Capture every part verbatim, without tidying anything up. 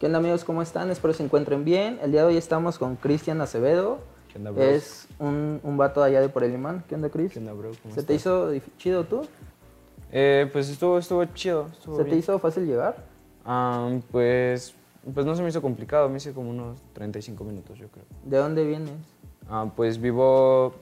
¿Qué onda amigos? ¿Cómo están? Espero se encuentren bien. El día de hoy estamos con Cristian Acevedo. ¿Qué onda, bro? Es un, un vato allá de por el imán. ¿Qué onda, Chris? ¿Qué onda, bro? ¿Cómo ¿Se te estás? hizo dif- chido tú? Eh, pues estuvo, estuvo chido, estuvo ¿Se te bien. hizo fácil llegar? Ah, pues, pues no se me hizo complicado, me hice como unos treinta y cinco minutos, yo creo. ¿De dónde vienes? Ah, pues vivo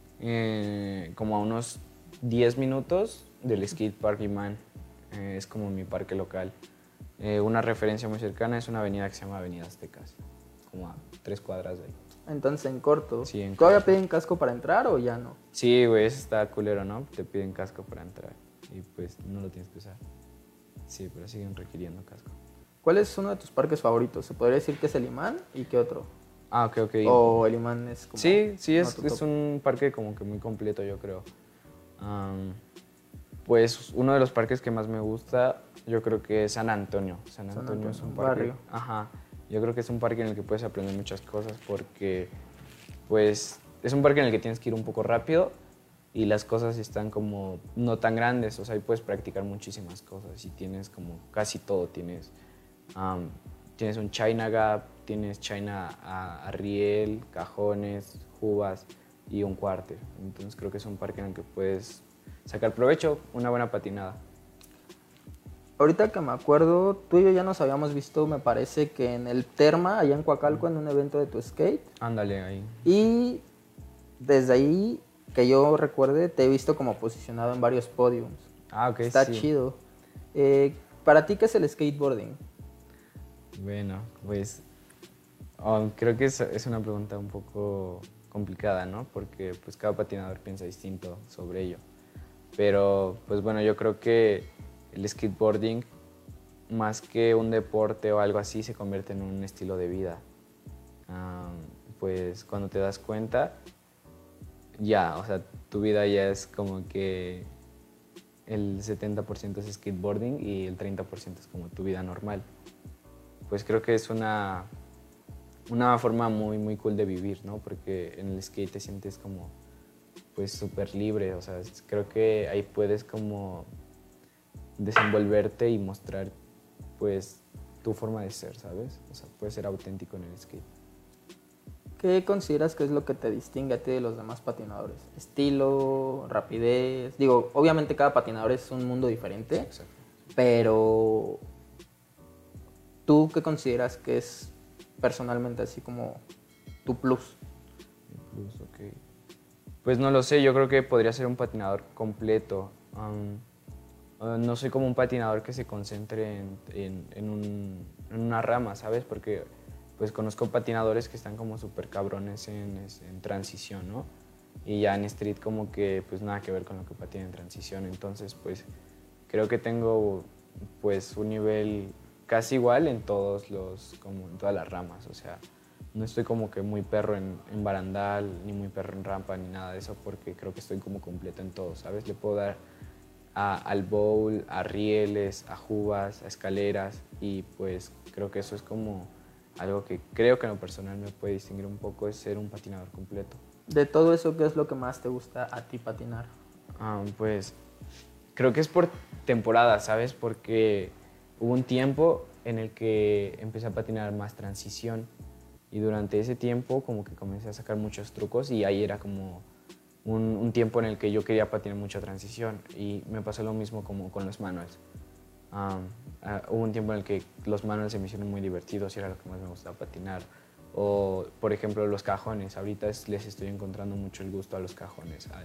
eh, como a unos diez minutos del Skate Park Imán. Eh, es como mi parque local. Eh, una referencia muy cercana es una avenida que se llama Avenida Aztecas, como a tres cuadras de ahí. Entonces en corto. Sí, en ¿Todavía corto. piden casco para entrar o ya no? Sí, güey, eso está culero, ¿no? Te piden casco para entrar y pues no lo tienes que usar. Sí, pero siguen requiriendo casco. ¿Cuál es uno de tus parques favoritos? ¿Se podría decir que es el imán? ¿Y qué otro? Ah, ok, ok. ¿O el imán es como...? Sí, sí, no es, tu es top? un parque como que muy completo, yo creo. Am, pues uno de los parques que más me gusta, yo creo que es San Antonio. San San Antonio, es un Antonio, parque. barrio. Ajá. Yo creo que es un parque en el que puedes aprender muchas cosas porque, pues, es un parque en el que tienes que ir un poco rápido y las cosas están como no tan grandes. O sea, ahí puedes practicar muchísimas cosas y tienes como casi todo. Tienes, am, tienes un China Gap, tienes China a, a riel, cajones, jubas y un cuarter. Entonces creo que es un parque en el que puedes sacar provecho, una buena patinada. Ahorita que me acuerdo, tú y yo ya nos habíamos visto, me parece que en el Terma, allá en Coacalco, en un evento de tu skate. Ándale ahí. Y desde ahí, que yo recuerde, te he visto como posicionado en varios podiums. Ah, ok, Está sí. chido. Eh, ¿Para ti qué es el skateboarding? Bueno, pues um, creo que es, es una pregunta un poco complicada, ¿no? Porque pues cada patinador piensa distinto sobre ello. Pero pues bueno, yo creo que el skateboarding, más que un deporte o algo así, se convierte en un estilo de vida. Um, pues cuando te das cuenta, ya, o sea, tu vida ya es como que el setenta por ciento es skateboarding y el treinta por ciento es como tu vida normal. Pues creo que es una, una forma muy, muy cool de vivir, ¿no? Porque en el skate te sientes como, pues, súper libre, o sea, es- creo que ahí puedes como desenvolverte y mostrar, pues, tu forma de ser, ¿sabes? O sea, puedes ser auténtico en el skate. ¿Qué consideras que es lo que te distingue a ti de los demás patinadores? ¿Estilo, rapidez? Digo, obviamente cada patinador es un mundo diferente, Exacto. pero ¿tú qué consideras que es personalmente así como tu plus? Plus, ok. Pues no lo sé, yo creo que podría ser un patinador completo. Um, uh, no soy como un patinador que se concentre en, en- en un- en una rama, ¿sabes? Porque pues conozco patinadores que están como súper cabrones en, es- en transición, ¿no? Y ya en street como que pues nada que ver con lo que patina en transición. Entonces pues creo que tengo pues un nivel casi igual en todos los, como en todas las ramas, o sea, no estoy como que muy perro en, en barandal, ni muy perro en rampa, ni nada de eso, porque creo que estoy como completo en todo, ¿sabes? Le puedo dar a- al bowl, a rieles, a jubas, a escaleras, y pues creo que eso es como algo que creo que en lo personal me puede distinguir un poco, es ser un patinador completo. De todo eso, ¿qué es lo que más te gusta a ti patinar? Ah, pues creo que es por temporada, ¿sabes? Porque hubo un tiempo en el que empecé a patinar más transición y durante ese tiempo como que comencé a sacar muchos trucos y ahí era como un, un tiempo en el que yo quería patinar mucha transición y me pasó lo mismo como con los manuals. Ah, ah, hubo un tiempo en el que los manuals se me hicieron muy divertidos y era lo que más me gustaba patinar. O, por ejemplo, los cajones. Ahorita es- les estoy encontrando mucho el gusto a los cajones, al,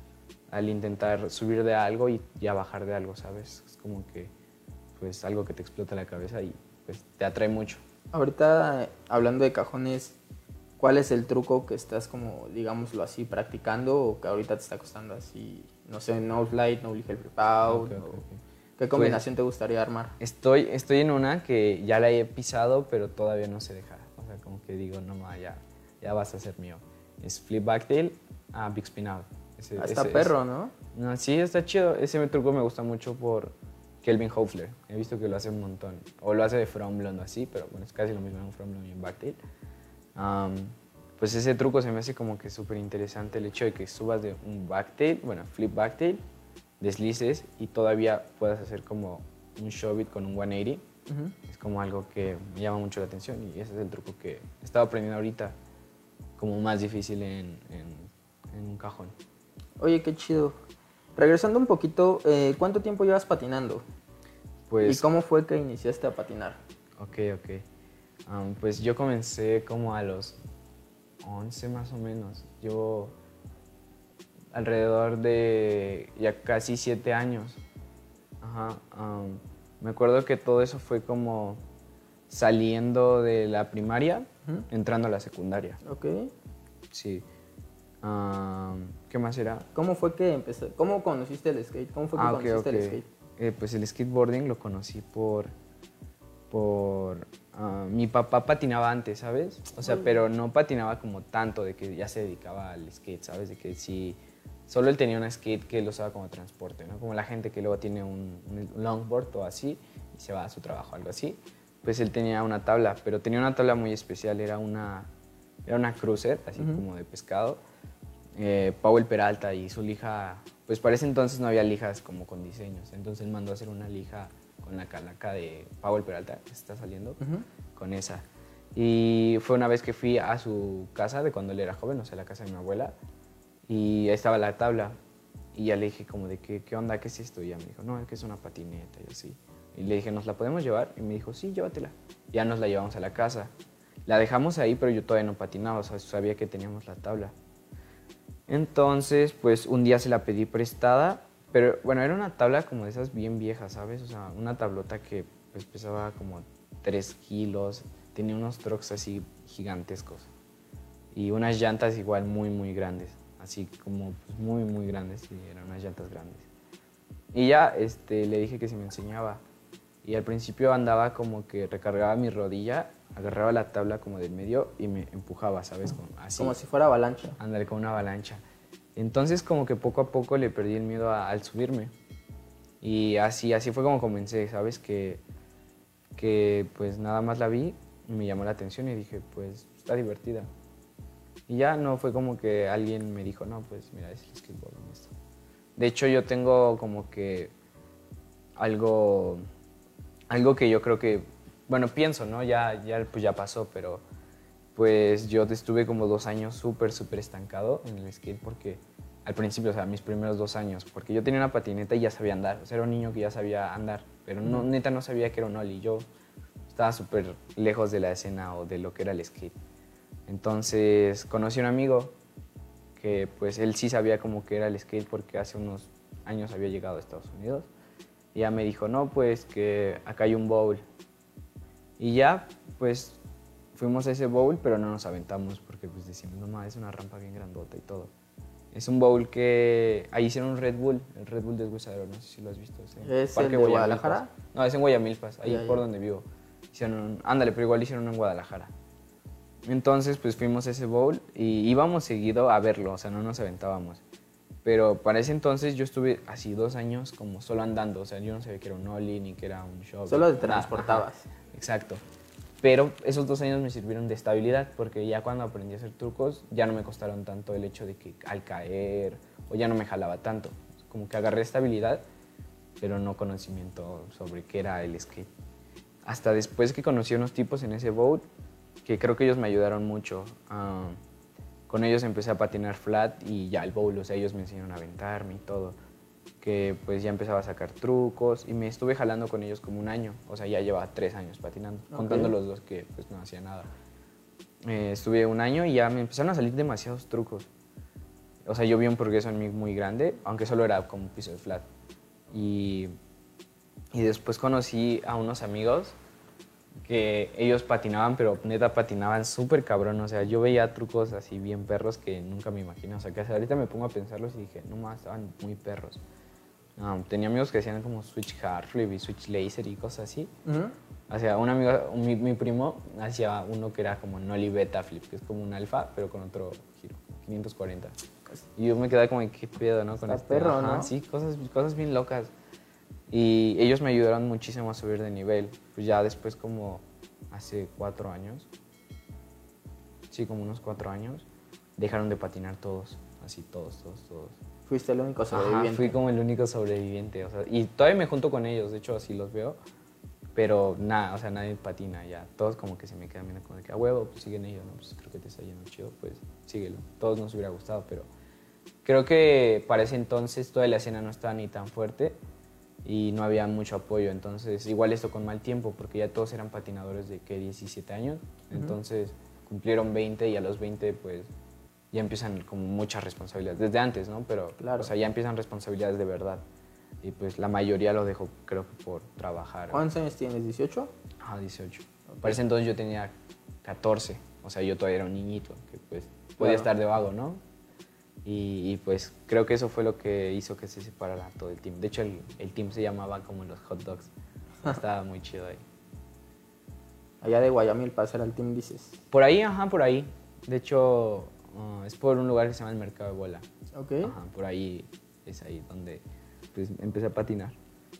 al intentar subir de algo y ya bajar de algo, ¿sabes? Es como que, pues, algo que te explota la cabeza y, pues, te atrae mucho. Ahorita, eh, hablando de cajones, ¿cuál es el truco que estás como, digámoslo así, practicando o que ahorita te está costando así, no sé, no slide, no flip out? Ok, ok, o- ok. ¿Qué combinación te gustaría armar? Estoy, estoy en una que ya la he pisado, pero todavía no se deja. O sea, como que digo, no, ma, ya, ya vas a ser mío. Es flip backtail a big spin out. Ese- Ah, está ese- perro, ese- ¿no? No, sí, está chido. Ese truco me gusta mucho por Kelvin Hoefler. He visto que lo hace un montón. O lo hace de front blonde o así, pero bueno, es casi lo mismo en un front blonde y en backtail. Am, pues ese truco se me hace como que súper interesante el hecho de que subas de un backtail, bueno, flip backtail, deslices y todavía puedas hacer como un shove it con un ciento ochenta Ujú. Es como algo que me llama mucho la atención y ese es el truco que he estado aprendiendo ahorita, como más difícil en, en, en un cajón. Oye, qué chido. Regresando un poquito, eh, ¿cuánto tiempo llevas patinando? ¿Y Pues, cómo fue que iniciaste a patinar? ok, ok. Um, pues yo comencé como a los once más o menos. Yo alrededor de ya casi siete años. Ajá. um, me acuerdo que todo eso fue como saliendo de la primaria, Ujú. entrando a la secundaria. Ok. Sí. Um, ¿qué más era? ¿Cómo fue que empezaste? ¿Cómo conociste el skate? ¿Cómo fue que Ah, ok, conociste ok. el skate? Eh, pues el skateboarding lo conocí por... por ah, mi papá patinaba antes, ¿sabes? O sea, pero no patinaba como tanto de que ya se dedicaba al skate, ¿sabes? De que sí, solo él tenía un skate que él usaba como transporte, ¿no? Como la gente que luego tiene un, un longboard o así y se va a su trabajo, algo así. Pues él tenía una tabla, pero tenía una tabla muy especial, era una, era una cruiser, así Ujú. como de pescado. Eh, Powell Peralta y su lija, pues para ese entonces no había lijas como con diseños, entonces él mandó a hacer una lija con la calaca de Powell Peralta que está saliendo, Ujú. con esa. Y fue una vez que fui a su casa de cuando él era joven, o sea, la casa de mi abuela, y ahí estaba la tabla. Y ya le dije como de, ¿qué, qué onda? ¿Qué es esto? Y ya me dijo, no, es que es una patineta y así. Y le dije, ¿nos la podemos llevar? Y me dijo, sí, llévatela. Ya nos la llevamos a la casa. La dejamos ahí, pero yo todavía no patinaba, o sea, sabía que teníamos la tabla. Entonces, pues un día se la pedí prestada, pero bueno, era una tabla como de esas bien viejas, ¿sabes? O sea, una tablota que pues pesaba como tres kilos, tenía unos trucks así gigantescos y unas llantas igual muy, muy grandes, así como pues, muy, muy grandes, y eran unas llantas grandes. Y ya este, le dije que si me enseñaba. Y al principio andaba como que recargaba mi rodilla, agarraba la tabla como del medio y me empujaba, ¿sabes? Como, así. Como si fuera avalancha. Andar con una avalancha. Entonces como que poco a poco le perdí el miedo a- al subirme. Y así, así fue como comencé, ¿sabes? Que, que pues nada más la vi, me llamó la atención y dije, pues está divertida. Y ya no fue como que alguien me dijo, no, pues mira, es el skateboarding esto. De hecho yo tengo como que algo, algo que yo creo que, bueno, pienso, ¿no? Ya, ya, pues ya pasó, pero pues yo estuve como dos años súper, súper estancado en el skate porque al principio, o sea, mis primeros dos años, porque yo tenía una patineta y ya sabía andar, o sea, era un niño que ya sabía andar, pero no, neta no sabía que era un ollie, yo estaba súper lejos de la escena o de lo que era el skate. Entonces conocí a un amigo que pues él sí sabía como que era el skate porque hace unos años había llegado a Estados Unidos y ya me dijo, no, pues que acá hay un bowl. Y ya, pues fuimos a ese bowl, pero no nos aventamos porque pues decimos, no mames, es una rampa bien grandota y todo. Es un bowl que ahí hicieron un Red Bull, el Red Bull deshuesadero, no sé si lo has visto. Es, en ¿Es Parque el de Guayamilpas. Guadalajara? No, es en Guayamilpas, ahí Ya, por ya. donde vivo. Hicieron un- ándale, pero igual hicieron uno en Guadalajara. Entonces, pues fuimos a ese bowl y íbamos seguido a verlo, o sea, no nos aventábamos. Pero para ese entonces yo estuve así dos años como solo andando, o sea, yo no sabía que era un ollie ni que era un shovel. Solo te nada, transportabas. ajá, exacto. Pero esos dos años me sirvieron de estabilidad porque ya cuando aprendí a hacer trucos ya no me costaron tanto el hecho de que al caer o ya no me jalaba tanto. Como que agarré estabilidad, pero no conocimiento sobre qué era el skate. Hasta después que conocí a unos tipos en ese bowl, que creo que ellos me ayudaron mucho. Ah, con ellos empecé a patinar flat y ya el bowl, o sea, ellos me enseñaron a aventarme y todo. Que pues ya empezaba a sacar trucos y me estuve jalando con ellos como un año. O sea, ya llevaba tres años patinando, Ok. contando los dos que pues no hacía nada. Eh, estuve un año y ya me empezaron a salir demasiados trucos. O sea, yo vi un progreso en mí muy grande, aunque solo era como un piso de flat. Y, y después conocí a unos amigos que ellos patinaban, pero neta patinaban súper cabrón. O sea, yo veía trucos así bien perros que nunca me imagino. O sea, que hasta ahorita me pongo a pensarlos y dije, no más, estaban muy perros. Um, tenía amigos que hacían como switch hard flip y switch laser y cosas así. Ujú. O sea, un amigo, mi, mi primo hacía uno que era como nollie beta flip, que es como un alfa, pero con otro giro, quinientos cuarenta. Y yo me quedaba como, ¿qué pedo, no? Con Está este, perro, ajá, ¿no? sí, cosas, cosas bien locas. Y ellos me ayudaron muchísimo a subir de nivel. Pues ya después como hace cuatro años, sí, como unos cuatro años, dejaron de patinar todos, así todos, todos, todos. Fuiste el único Ajá, sobreviviente. fui como el único sobreviviente, o sea, y todavía me junto con ellos, de hecho así los veo, pero nada, o sea, nadie patina ya. Todos como que se me quedan viendo como de que, a huevo, pues siguen ellos, ¿no? Pues creo que te está yendo chido, pues síguelo. Todos nos hubiera gustado, pero creo que para ese entonces toda la escena no estaba ni tan fuerte y no había mucho apoyo. Entonces, igual esto con mal tiempo, porque ya todos eran patinadores de, ¿qué? diecisiete años. Uh-huh. Entonces, cumplieron veinte y a los veinte, pues, ya empiezan como muchas responsabilidades. Desde antes, ¿no? Pero, claro. O sea, ya empiezan responsabilidades de verdad. Y pues la mayoría lo dejó, creo que por trabajar. ¿Cuántos años tienes? ¿dieciocho? Ajá, dieciocho. Okay. Para ese entonces yo tenía catorce. O sea, yo todavía era un niñito que pues podía claro. estar de vago, ¿no? Y, y pues creo que eso fue lo que hizo que se separara todo el team. De hecho, el, el team se llamaba como los Hot Dogs. Estaba muy chido ahí. Allá de Guayamil para hacer al team, dices. Por ahí, ajá, por ahí. De hecho, uh, es por un lugar que se llama el Mercado de Bola. Ok. Ajá, por ahí es ahí donde pues empecé a patinar.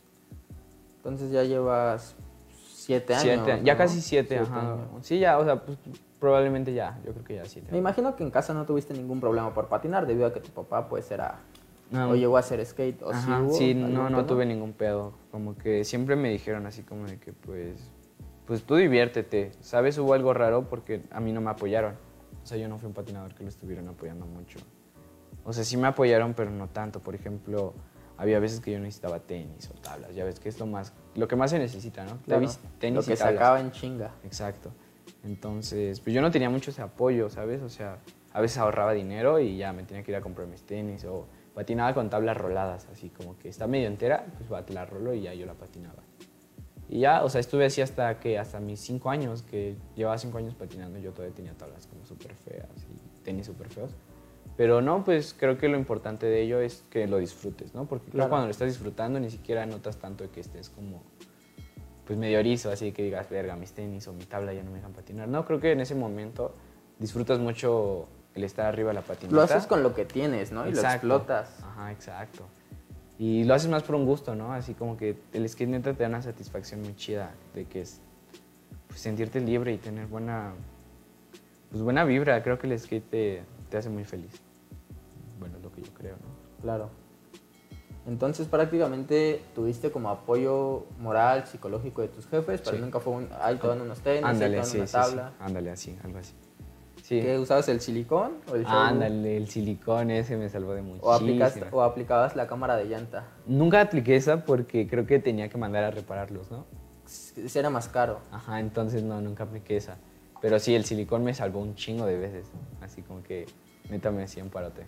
Entonces ya llevas siete años. Siete, ¿no? Ya casi siete, siete ajá. Años. Sí, ya, o sea, pues probablemente ya, yo creo que ya siete. Me imagino que en casa no tuviste ningún problema por patinar debido a que tu papá pues era, no, o llegó a hacer skate, o ajá, sí hubo. Sí, no, no tema? tuve ningún pedo. Como que siempre me dijeron así como de que pues, pues tú diviértete. ¿Sabes? Hubo algo raro porque a mí no me apoyaron. O sea, yo no fui un patinador que lo estuvieran apoyando mucho. O sea, sí me apoyaron, pero no tanto. Por ejemplo, había veces que yo necesitaba tenis o tablas. Ya ves que es lo, más, lo que más se necesita, ¿no? Claro, tenis lo que y se tablas. acaba en chinga. Exacto. Entonces, pues yo no tenía mucho ese apoyo, ¿sabes? O sea, a veces ahorraba dinero y ya me tenía que ir a comprar mis tenis o patinaba con tablas roladas, así como que está medio entera, pues va, te la rolo y ya yo la patinaba. Y ya, o sea, estuve así hasta que hasta mis cinco años, que llevaba cinco años patinando, yo todavía tenía tablas como súper feas y tenis súper feos. Pero no, pues creo que lo importante de ello es que lo disfrutes, ¿no? Porque claro, cuando lo estás disfrutando ni siquiera notas tanto de que estés como pues medio erizo, así que digas, verga, mis tenis o mi tabla ya no me dejan patinar. No, creo que en ese momento disfrutas mucho el estar arriba de la patineta. Lo haces con lo que tienes, ¿no? Exacto. Y lo explotas. Ajá, exacto. Y lo haces más por un gusto, ¿no? Así como que el skate neta te da una satisfacción muy chida de que es pues, sentirte libre y tener buena, pues, buena vibra. Creo que el skate te, te hace muy feliz. Bueno, es lo que yo creo, ¿no? Claro. Entonces prácticamente tuviste como apoyo moral, psicológico de tus jefes, pero sí. Nunca fue un, ay, te dan unos tenis, ándale, te dan sí, una sí, tabla. Sí. Ándale, así, algo así. Sí. ¿Qué usabas, el silicón o el ah, Ándale, el silicón ese me salvó de muchísimo. O, aplicaste, o aplicabas la cámara de llanta. Nunca apliqué esa porque creo que tenía que mandar a repararlos, ¿no? Ese era más caro. Ajá, entonces no, nunca apliqué esa. Pero sí, el silicón me salvó un chingo de veces. Así como que neta me hacía un parote.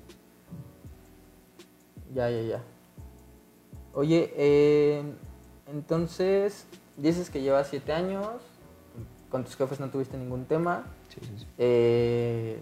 Ya, ya, ya. Oye, eh, entonces dices que llevas siete años, con tus jefes no tuviste ningún tema. Sí, sí, sí. Eh,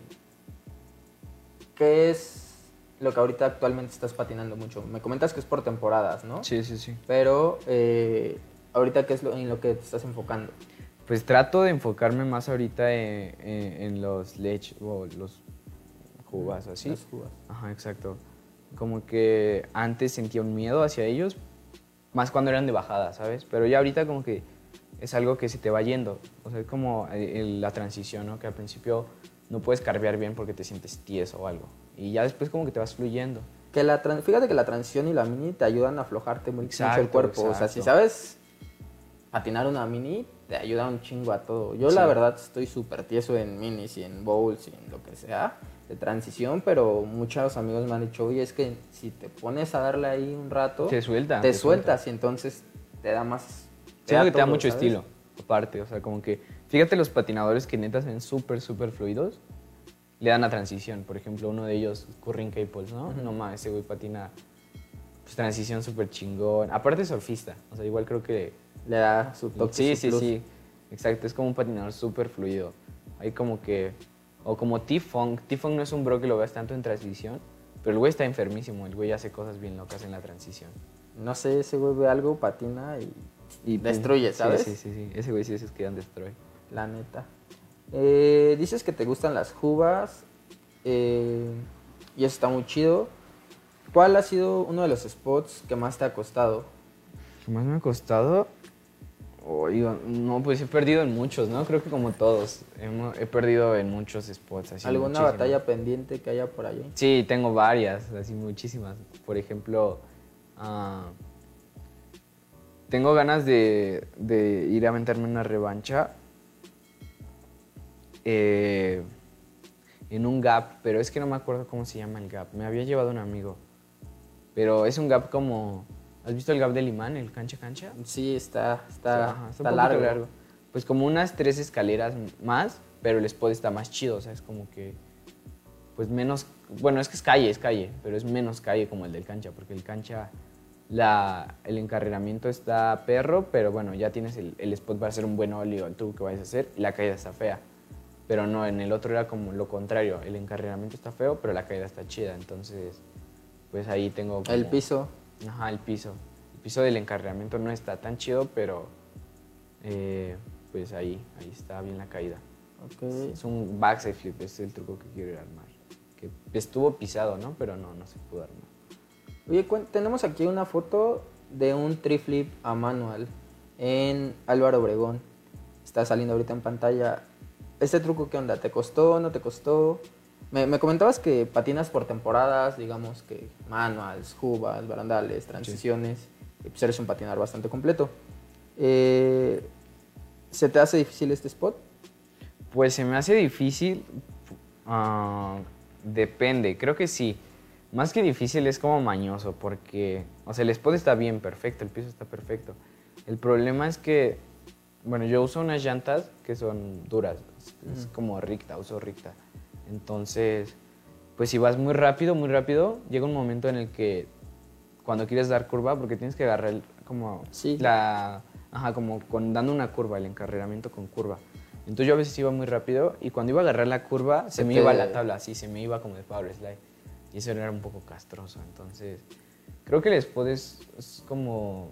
¿Qué es lo que ahorita actualmente estás patinando mucho? Me comentas que es por temporadas, ¿no? Sí, sí, sí. Pero eh, ahorita, ¿qué es lo, en lo que te estás enfocando? Pues trato de enfocarme más ahorita en, en, en los ledge o los jugas, así. Las jugas. Ajá, exacto. Como que antes sentía un miedo hacia ellos, más cuando eran de bajada, ¿sabes? Pero ya ahorita como que es algo que se te va yendo. O sea, es como el, la transición, ¿no? Que al principio no puedes carvear bien porque te sientes tieso o algo. Y ya después como que te vas fluyendo. Que la Fíjate que la transición y la mini te ayudan a aflojarte muy, exacto, mucho el cuerpo. Exacto. O sea, si sabes patinar una mini, te ayuda un chingo a todo. Yo sí. la verdad estoy súper tieso en minis y en bowls y en lo que sea de transición, pero muchos amigos me han dicho, oye, es que si te pones a darle ahí un rato, te suelta, te, te sueltas suelta. Y entonces te da más... Te da, que te da mucho ¿sabes? Estilo, aparte, o sea, como que, fíjate los patinadores que neta ven súper, súper fluidos, le dan la transición, por ejemplo, uno de ellos, Currin Caples, ¿no? Uh-huh. No mames, ese güey patina, pues, transición súper chingón, aparte surfista, o sea, igual creo que... Le da su toque. Sí, su sí, plus. sí, exacto, es como un patinador súper fluido, hay como que... O como T-Funk. T-Funk no es un bro que lo veas tanto en transición, pero el güey está enfermísimo. El güey hace cosas bien locas en la transición. No sé, ese güey ve algo, patina y, y destruye, ¿sabes? Sí, sí, sí, sí. Ese güey sí es que dan destroy. La neta. Eh, dices que te gustan las juvas eh, y eso está muy chido. ¿Cuál ha sido uno de los spots que más te ha costado? ¿Qué más me ha costado? Oiga, no, pues he perdido en muchos, ¿no? Creo que como todos. Hemos, he perdido en muchos spots. Así, ¿alguna muchísimo. batalla pendiente que haya por ahí? Sí, tengo varias, así muchísimas. Por ejemplo, uh, tengo ganas de, de ir a meterme una revancha eh, en un Gap, pero es que no me acuerdo cómo se llama el Gap. Me había llevado un amigo, pero es un Gap como... ¿Has visto el Gap del Imán, el cancha cancha? Sí, está, está, Ajá, está, un poquito largo. largo. Pues como unas tres escaleras más, pero el spot está más chido, o sea, es como que... Pues menos... Bueno, es que es calle, es calle, pero es menos calle como el del cancha, porque el cancha... La, el encarrilamiento está perro, pero bueno, ya tienes el, el spot para hacer un buen óleo, el tubo que vayas a hacer, y la caída está fea. Pero no, en el otro era como lo contrario, el encarrilamiento está feo, pero la caída está chida, entonces pues ahí tengo como, El piso. Ajá, el piso. El piso del encarrilamiento no está tan chido, pero eh, pues ahí, ahí está bien la caída. Okay. Es un backside flip, es el truco que quiero ir a armar. Que estuvo pisado, ¿no? Pero no, no se pudo armar. Oye, tenemos aquí una foto de un triflip a manual en Álvaro Obregón. Está saliendo ahorita en pantalla. ¿Este truco qué onda? ¿Te costó? ¿No te costó? Me, me comentabas que patinas por temporadas, digamos que manuals, jubas, barandales, transiciones. Sí. Y pues eres un patinador bastante completo. Eh, ¿Se te hace difícil este spot? Pues se me hace difícil. Uh, depende, creo que sí. Más que difícil es como mañoso porque, o sea, el spot está bien, perfecto, el piso está perfecto. El problema es que, bueno, yo uso unas llantas que son duras, es, es como recta, uso recta. Entonces, pues si vas muy rápido, muy rápido, llega un momento en el que cuando quieres dar curva, porque tienes que agarrar como sí. la, ajá, como con, dando una curva, el encarrilamiento con curva. Entonces yo a veces iba muy rápido y cuando iba a agarrar la curva, se, se me te... iba la tabla, así, se me iba como de power slide. Y eso era un poco castroso, entonces creo que el spot es, es como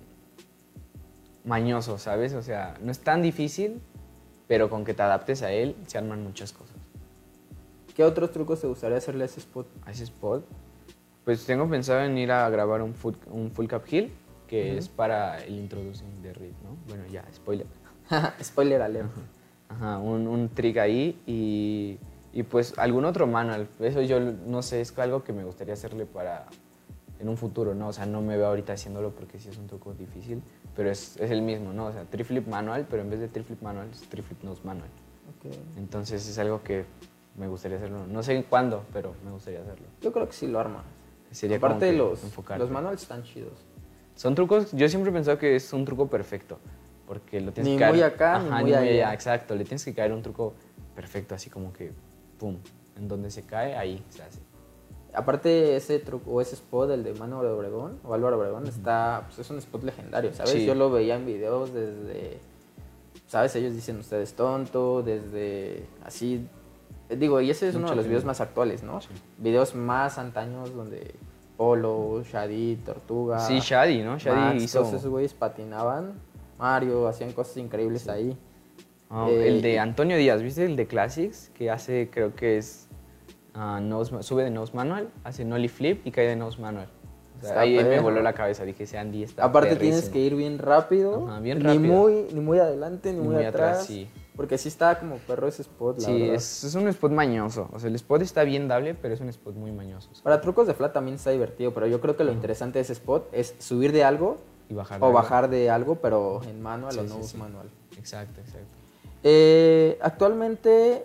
mañoso, ¿sabes? O sea, no es tan difícil, pero con que te adaptes a él se arman muchas cosas. ¿Qué otros trucos te gustaría hacerle a ese spot? ¿A ese spot? Pues tengo pensado en ir a grabar un full, un full cap hill, que uh-huh. es para el introducing de Reed, ¿no? Bueno, ya, spoiler. Spoiler alert. Ajá, un, un trick ahí y... Y pues algún otro manual, eso yo no sé, es algo que me gustaría hacerle para en un futuro, ¿no? O sea, no me veo ahorita haciéndolo porque sí es un truco difícil, pero es, es el mismo, ¿no? O sea, triflip manual, pero en vez de triflip manual es triflip nose manual. Okay. Entonces es algo que me gustaría hacerlo. No sé cuándo, pero me gustaría hacerlo. Yo creo que sí lo armas. Sería Aparte de los, enfocarte. los manuals están chidos. Son trucos, yo siempre he pensado que es un truco perfecto, porque lo tienes ni que caer... Muy acá, ajá, ni muy allá. allá. Exacto, le tienes que caer un truco perfecto, así como que... pum, en donde se cae, ahí se hace. Aparte ese truco o ese spot, el de Mano de Obregón o Álvaro Obregón, uh-huh. está, pues es un spot legendario, ¿sabes? Sí. Yo lo veía en videos desde, ¿sabes? Ellos dicen ustedes tonto, desde así, digo, y ese es Mucho uno de los videos más actuales, ¿no? Sí. Videos más antaños donde Polo, Shadi, Tortuga. Sí, Shadi, ¿no? Shadi Max, hizo... todos esos güeyes patinaban, Mario, hacían cosas increíbles sí. ahí. Oh, eh, el de Antonio Díaz, ¿viste? El de Classics, que hace, creo que es, uh, nose, sube de nose manual, hace nollie flip y cae de nose manual. O sea, ahí perro. Me voló la cabeza, dije, ese Andy está Aparte perrísimo. Tienes que ir bien rápido, Ajá, bien rápido. Ni, muy, ni muy adelante, ni, ni muy, muy atrás, atrás sí. Porque sí está como perro ese spot, la sí, verdad. Sí, es, es un spot mañoso, o sea, el spot está bien dable, pero es un spot muy mañoso. Para trucos de flat también está divertido, pero yo creo que lo uh-huh. interesante de ese spot es subir de algo y bajar o de bajar algo. de algo, pero en manual sí, o no sí, sí. manual. Exacto, exacto. Eh, actualmente,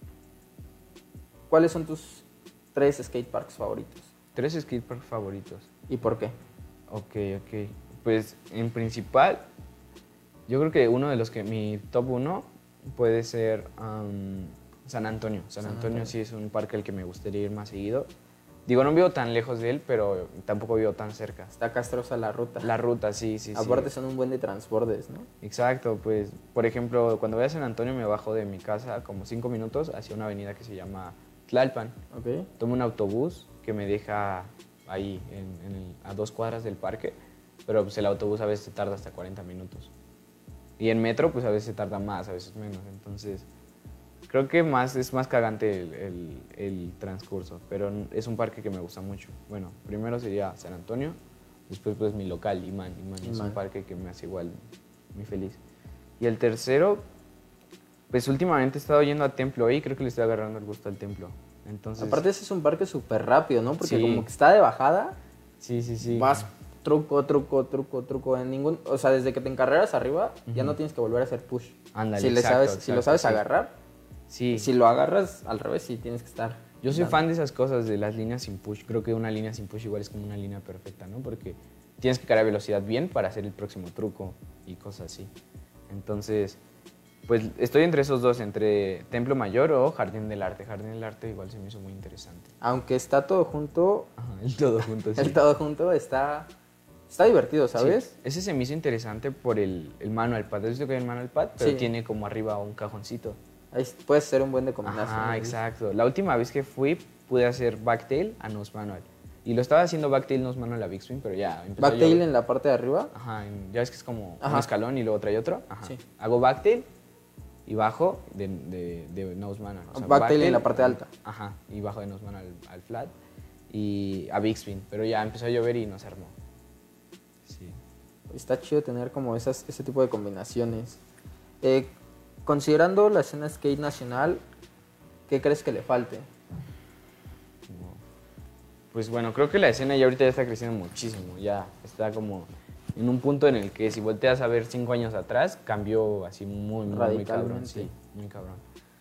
¿cuáles son tus tres skateparks favoritos? Tres skateparks favoritos. ¿Y por qué? Ok, ok. Pues en principal, yo creo que uno de los que mi top uno puede ser um, San Antonio. San, San Antonio, Antonio sí es un parque al que me gustaría ir más seguido. Digo, no vivo tan lejos de él, pero tampoco vivo tan cerca. Está castrosa la ruta. La ruta, sí, sí, Aparte sí. son un buen de transbordes, ¿no? Exacto, pues, por ejemplo, cuando voy a San Antonio me bajo de mi casa como cinco minutos hacia una avenida que se llama Tlalpan. Okay. Tomo un autobús que me deja ahí, en, en el, a dos cuadras del parque, pero pues el autobús a veces tarda hasta cuarenta minutos. Y en metro, pues a veces tarda más, a veces menos, entonces... Creo que más es más cagante el, el, el transcurso, pero es un parque que me gusta mucho. Bueno, primero sería San Antonio, después pues mi local, Imán. Imán es un parque que me hace igual muy feliz. Y el tercero, pues últimamente he estado yendo a Templo y creo que le estoy agarrando el gusto al Templo. Entonces, aparte ese es un parque súper rápido, ¿no? Porque sí. como que está de bajada, sí, sí, sí. vas truco, truco, truco, truco. En ningún, o sea, desde que te encarreras arriba, uh-huh. ya no tienes que volver a hacer push. Ándale, si, le exacto, sabes, exacto, si lo sabes sí. agarrar, sí. si lo agarras al revés, sí tienes que estar. Yo soy dando. fan de esas cosas, de las líneas sin push. Creo que una línea sin push igual es como una línea perfecta, ¿no? Porque tienes que cargar velocidad bien para hacer el próximo truco y cosas así. Entonces, pues estoy entre esos dos, entre Templo Mayor o Jardín del Arte. Jardín del Arte igual se me hizo muy interesante. Aunque está todo junto. Ajá, el todo junto, sí. El todo junto está, está divertido, ¿sabes? Sí, ese se me hizo interesante por el, el manual pad. ¿Has visto que hay el manual pad? Pero sí. tiene como arriba un cajoncito. Ahí puedes hacer un buen de combinación. Ah, exacto. La última vez que fui pude hacer backtail a nose manual. Y lo estaba haciendo backtail, nose manual a big swing, pero ya empezó ¿Backtail yo... en la parte de arriba? Ajá, en, ya ves que es como Ajá. un escalón y luego trae otro. Ajá. Sí. Hago backtail y bajo de, de, de nose manual. O sea, backtail, backtail en la parte alta. Ajá, y bajo de nose manual al, al flat y a big swing. Pero ya empezó a llover y no se armó. Sí. Está chido tener como esas, ese tipo de combinaciones. Eh, considerando la escena skate nacional, ¿qué crees que le falte? Pues bueno, creo que la escena ya ahorita ya está creciendo muchísimo. Ya está como en un punto en el que si volteas a ver cinco años atrás, cambió así muy, muy, muy cabrón. Sí, muy cabrón.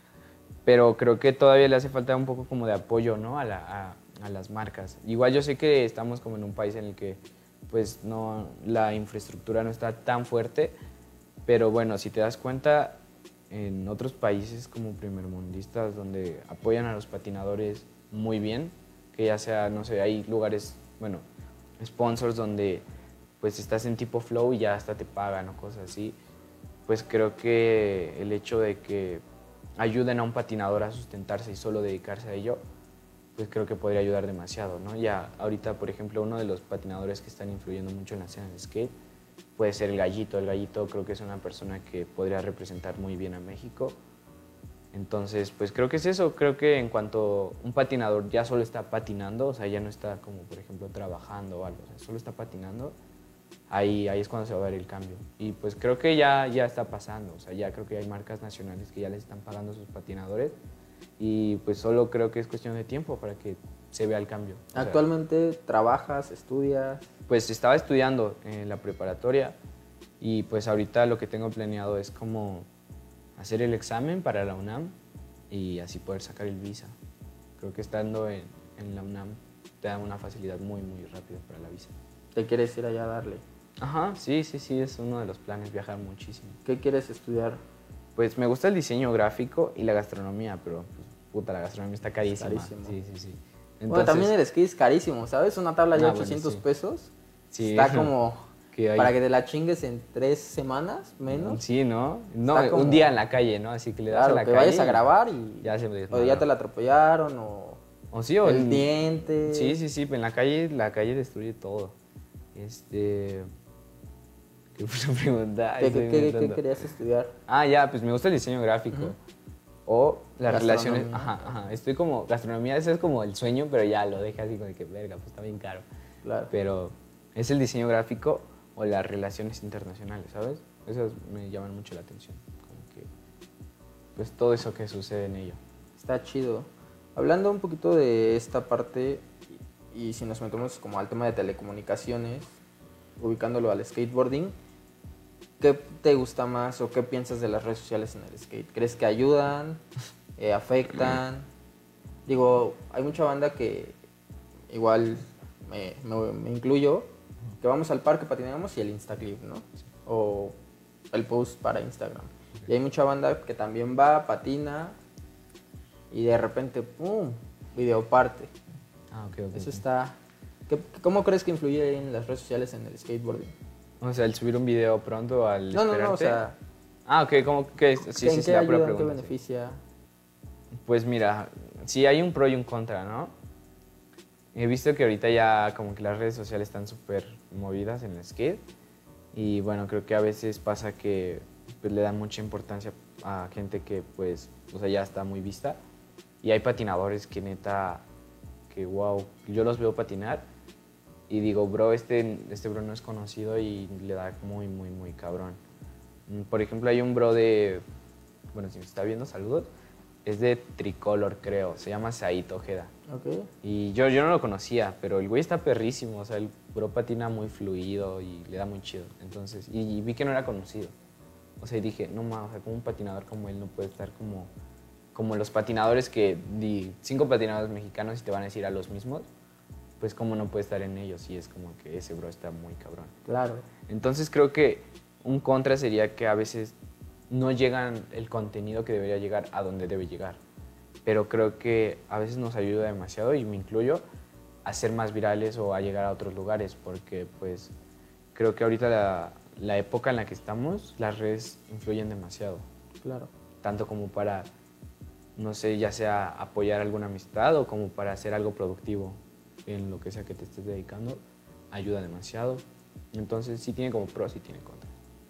Pero creo que todavía le hace falta un poco como de apoyo, ¿no? A, la, a, a las marcas. Igual yo sé que estamos como en un país en el que pues no, la infraestructura no está tan fuerte, pero bueno, si te das cuenta, en otros países como primermundistas donde apoyan a los patinadores muy bien, que ya sea, no sé, hay lugares, bueno, sponsors donde pues estás en tipo flow y ya hasta te pagan o cosas así, pues creo que el hecho de que ayuden a un patinador a sustentarse y solo dedicarse a ello, pues creo que podría ayudar demasiado, ¿no? Ya ahorita, por ejemplo, uno de los patinadores que están influyendo mucho en la escena de skate puede ser el Gallito. El Gallito creo que es una persona que podría representar muy bien a México. Entonces, pues creo que es eso. Creo que en cuanto un patinador ya solo está patinando, o sea, ya no está como, por ejemplo, trabajando o algo, o sea, solo está patinando, ahí, ahí es cuando se va a ver el cambio. Y pues creo que ya, ya está pasando, o sea, ya creo que hay marcas nacionales que ya les están pagando a sus patinadores y pues solo creo que es cuestión de tiempo para que se vea el cambio. O ¿Actualmente sea, trabajas, estudias? Pues estaba estudiando en la preparatoria y pues ahorita lo que tengo planeado es como hacer el examen para la UNAM y así poder sacar el visa. Creo que estando en, en la UNAM te da una facilidad muy, muy rápida para la visa. ¿Te quieres ir allá a darle? Ajá, sí, sí, sí, es uno de los planes, viajar muchísimo. ¿Qué quieres estudiar? Pues me gusta el diseño gráfico y la gastronomía, pero pues, puta, la gastronomía está carísima. Es carísimo. Sí, sí, sí. Entonces, bueno, también el skate es carísimo, ¿sabes? Una tabla de ah, ochocientos bueno, sí. pesos sí. Está como que para que te la chingues en tres semanas, menos. Sí, ¿no? No, como, un día en la calle, ¿no? Así que le das claro, a la que calle. vayas a grabar y ya se me o ya te la atropellaron o, o sí, o el en, diente. Sí, sí, sí, en la calle, la calle destruye todo. Este... ¿Qué fue la pregunta? ¿Qué, qué, qué, ¿Qué querías estudiar? Ah, ya, pues me gusta el diseño gráfico. Uh-huh. O las relaciones, ajá, ajá. ajá. Estoy como, gastronomía, ese es como el sueño, pero ya lo dejé así como de que, verga, pues está bien caro. Claro. Pero es el diseño gráfico o las relaciones internacionales, ¿sabes? Esas me llaman mucho la atención. Como que, pues todo eso que sucede en ello. Está chido. Hablando un poquito de esta parte, y, y si nos metemos como al tema de telecomunicaciones, ubicándolo al skateboarding, ¿qué te gusta más o qué piensas de las redes sociales en el skate? ¿Crees que ayudan? Eh, ¿Afectan? Digo, hay mucha banda que igual me, me, me incluyo, que vamos al parque, patinamos y el Instaclip, ¿no? O el post para Instagram. Y hay mucha banda que también va, patina y de repente, ¡pum!, video parte. Ah, ok, ok. Eso está... ¿Qué, ¿Cómo crees que influye en las redes sociales en el skateboarding? O sea, el subir un video pronto al no, esperarte. No, no, o sea... Ah, ok, ¿cómo que? Sí, sí, ¿En sí, qué la ayuda, pregunta, en qué beneficia? Sí. Pues mira, sí hay un pro y un contra, ¿no? He visto que ahorita ya como que las redes sociales están súper movidas en el skate. Y bueno, creo que a veces pasa que pues, le dan mucha importancia a gente que pues, o sea, ya está muy vista. Y hay patinadores que neta, que wow, yo los veo patinar y digo, bro, este, este bro no es conocido y le da muy, muy, muy cabrón. Por ejemplo, hay un bro de, bueno, si me está viendo, saludos, Es de Tricolor, creo. Se llama Said Ojeda. Ok. Y yo, yo no lo conocía, pero el güey está perrísimo. O sea, el bro patina muy fluido y le da muy chido. Entonces, y, y vi que no era conocido. O sea, y dije, no mames, o sea, como un patinador como él no puede estar como, como los patinadores que, di, cinco patinadores mexicanos y te van a decir a los mismos, pues cómo no puede estar en ellos. Y es como que ese bro está muy cabrón. Claro. Entonces creo que un contra sería que a veces no llegan el contenido que debería llegar a donde debe llegar. Pero creo que a veces nos ayuda demasiado, y me incluyo, a ser más virales o a llegar a otros lugares, porque pues creo que ahorita la, la época en la que estamos, las redes influyen demasiado. Claro. Tanto como para, no sé, ya sea apoyar alguna amistad o como para hacer algo productivo en lo que sea que te estés dedicando, ayuda demasiado. Entonces sí tiene como pros y tiene contras.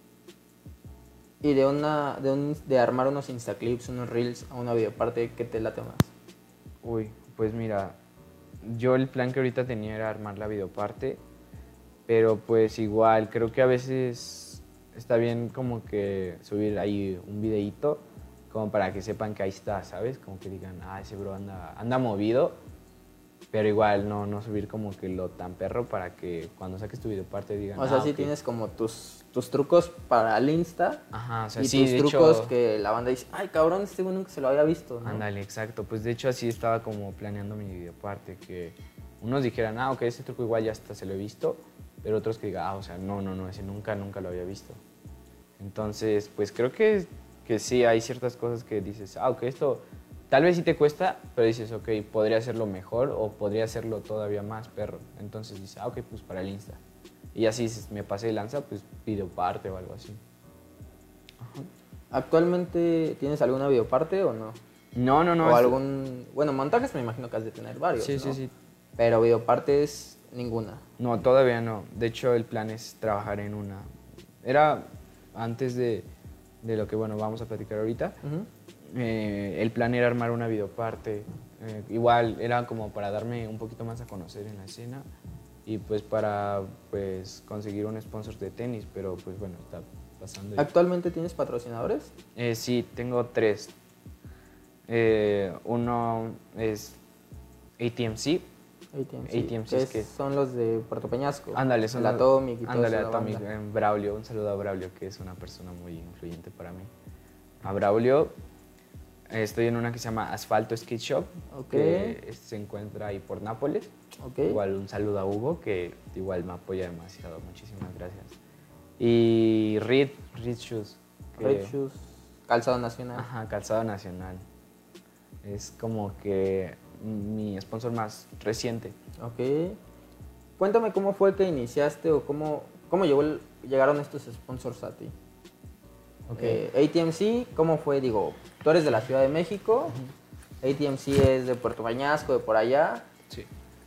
Y de una de, un, de armar unos instaclips, unos reels a una videoparte, ¿qué te late más? Uy, pues mira, yo el plan que ahorita tenía era armar la videoparte, pero pues igual creo que a veces está bien como que subir ahí un videíto como para que sepan que ahí está, ¿sabes? Como que digan, ah, ese bro anda, anda movido, pero igual no, no subir como que lo tan perro para que cuando saques tu videoparte digan, O sea, ah, sí ok. tienes como tus, tus trucos para el Insta. Ajá, o sea, y sí, tus de trucos hecho, que la banda dice, ay, cabrón, este güey nunca se lo había visto, ¿no? ándale, exacto. Pues de hecho así estaba como planeando mi videoparte, que unos dijeran, ah, ok, ese truco igual ya hasta se lo he visto, pero otros que digan, ah, o sea, no, no, no, ese nunca, nunca lo había visto. Entonces, pues creo que, que sí, hay ciertas cosas que dices, ah, ok, esto tal vez sí te cuesta, pero dices, ok, podría hacerlo mejor o podría hacerlo todavía más perro. Entonces dices, ah, ok, pues para el Insta. Y así si me pasé de lanza, pues videoparte o algo así. Ajá. ¿Actualmente tienes alguna videoparte o no? No, no, no. O es- algún... Bueno, montajes me imagino que has de tener varios, Sí, ¿no? sí, sí. Pero videopartes, ninguna. No, todavía no. De hecho, el plan es trabajar en una. Era antes de, de lo que, bueno, vamos a platicar ahorita. Ujú. Eh, el plan era armar una videoparte. Eh, igual era como para darme un poquito más a conocer en la escena y pues para pues conseguir un sponsor de tenis, pero pues bueno, está pasando. y- ¿Actualmente tienes patrocinadores? Eh, sí, tengo tres. Eh, uno es A T M C. A T M C. A T M C que es que- son los de Puerto Peñasco. Ándale, son el los- Atomic y todo Ándale, eso, la Atomic, banda. en Braulio. Un saludo a Braulio, que es una persona muy influyente para mí. A Braulio, eh, estoy en una que se llama Asfalto Skate Shop, Ok. que es- se encuentra ahí por Nápoles. Ok. Igual un saludo a Hugo, que igual me apoya demasiado. Muchísimas gracias. Y Reed, Reed Shoes. que- Red Shoes, calzado nacional. Ajá, Calzado Nacional. Es como que mi sponsor más reciente. Ok. Cuéntame cómo fue que iniciaste o cómo, cómo llegó el- llegaron estos sponsors a ti. Ok. Eh, A T M C, ¿cómo fue? Digo, tú eres de la Ciudad de México, A T M C es de Puerto Peñasco, de por allá. Sí.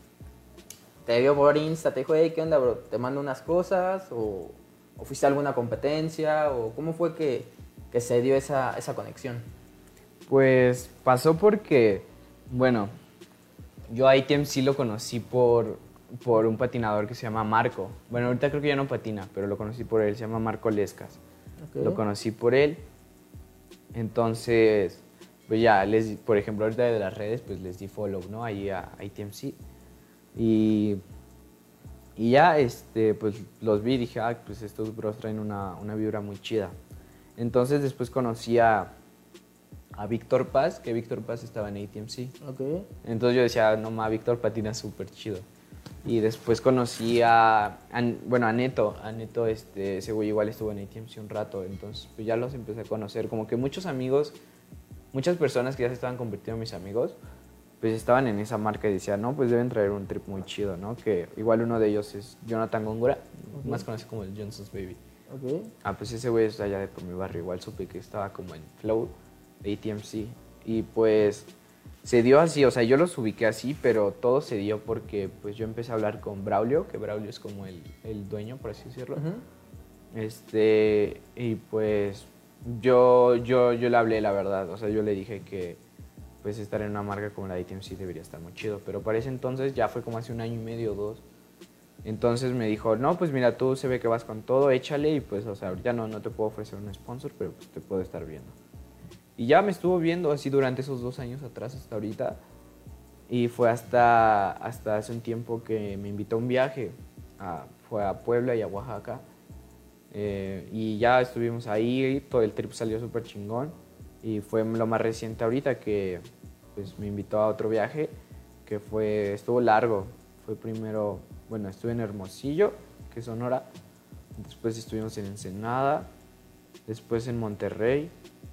Te vio por Insta, te dijo, hey, ¿qué onda, bro? ¿Te mando unas cosas? ¿O, o fuiste a alguna competencia? ¿O cómo fue que, que se dio esa, esa conexión? Pues pasó porque, bueno, yo a A T M C lo conocí por, por un patinador que se llama Marco. Bueno, ahorita creo que ya no patina, pero lo conocí por él, se llama Marco Lescas. Ok. Lo conocí por él. Entonces, pues ya, les, por ejemplo, ahorita de las redes, pues les di follow, ¿no? Ahí a A T M C. Y, y ya, este, pues los vi y dije, ah, pues estos bros traen una, una vibra muy chida. Entonces después conocí a, a Víctor Paz, que Víctor Paz estaba en A T M C. Ok. Entonces yo decía, no ma, Víctor patina súper chido. Y después conocí a, a- bueno, a Neto. A Neto, este, ese güey igual estuvo en A T M C un rato. Entonces pues ya los empecé a conocer. Como que muchos amigos, muchas personas que ya se estaban convirtiendo en mis amigos, pues estaban en esa marca y decían, no, pues deben traer un trip muy chido, ¿no? Que igual uno de ellos es Jonathan Góngora, Ok. más conocido como el Johnson's Baby. Ok. Ah, pues ese güey es allá de por mi barrio. Igual supe que estaba como en Flow, A T M C. Y pues se dio así, o sea, yo los ubiqué así, pero todo se dio porque pues yo empecé a hablar con Braulio, que Braulio es como el, el dueño, por así decirlo. Ujú. Este, y pues yo, yo, yo le hablé la verdad, o sea, yo le dije que pues estar en una marca como la de A T M C debería estar muy chido, pero para ese entonces ya fue como hace un año y medio o dos. Entonces me dijo, no, pues mira, tú se ve que vas con todo, échale y pues, o sea, ahorita no, no te puedo ofrecer un sponsor, pero pues te puedo estar viendo. Y ya me estuvo viendo así durante esos dos años atrás hasta ahorita. Y fue hasta, hasta hace un tiempo que me invitó a un viaje. A, fue a Puebla y a Oaxaca. Eh, y ya estuvimos ahí, todo el trip salió súper chingón. Y fue lo más reciente ahorita que pues, me invitó a otro viaje, que fue, estuvo largo. Fue primero, bueno, estuve en Hermosillo, que es Sonora. Después estuvimos en Ensenada. Después en Monterrey.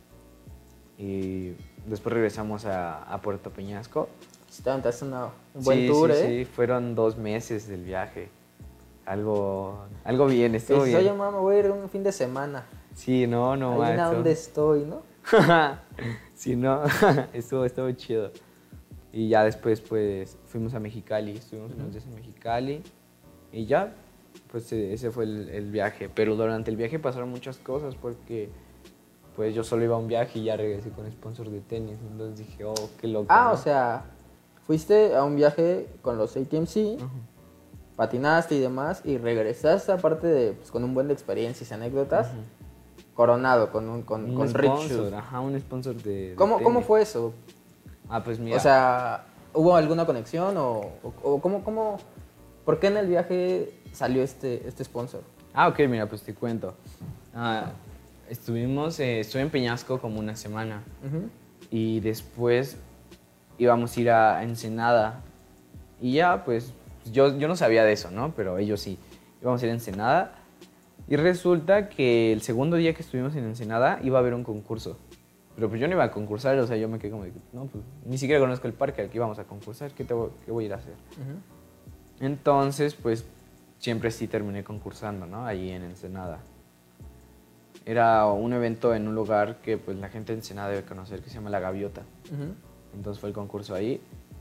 Y después regresamos a, a Puerto Peñasco. Sí, te aventaste una, un buen sí, tour, sí, ¿eh? Sí, fueron dos meses del viaje. Algo, algo bien, estuvo Sí, bien. oye, mamá, me voy a ir un fin de semana. Sí, no, no, Ahí macho. donde estoy, ¿no? Sí, no, estuvo, estuvo chido. Y ya después, pues, fuimos a Mexicali, estuvimos uh-huh. unos días en Mexicali. Y ya, pues, ese fue el, el viaje. Pero durante el viaje pasaron muchas cosas porque, pues, yo solo iba a un viaje y ya regresé con sponsor de tenis. Entonces dije, oh, qué loco. Ah, ¿no? o sea, fuiste a un viaje con los A T M C, uh-huh. patinaste y demás, y regresaste aparte de, pues, con un buen de experiencias y anécdotas, uh-huh. coronado con un, con, un con sponsor, Rich Shoes. Ajá, un sponsor de, de ¿Cómo, tenis. ¿Cómo fue eso? Ah, pues mira. O sea, ¿hubo alguna conexión o, o, o cómo, cómo, por qué en el viaje salió este, este sponsor? Ah, ok, mira, pues te cuento. Ah, estuvimos, eh, estuve en Peñasco como una semana uh-huh. y después íbamos a ir a Ensenada y ya, pues, yo, yo no sabía de eso, ¿no? Pero ellos sí. Íbamos a ir a Ensenada y resulta que el segundo día que estuvimos en Ensenada iba a haber un concurso. Pero pues yo no iba a concursar, o sea, yo me quedé como de, no, pues ni siquiera conozco el parque al que íbamos a concursar, ¿qué, te voy, qué voy a ir a hacer? Uh-huh. Entonces, pues, siempre sí terminé concursando, ¿no? Allí en Ensenada. Era un evento en un lugar que, pues, la gente de Ensenada debe conocer, que se llama La Gaviota. Uh-huh. Entonces fue el concurso ahí.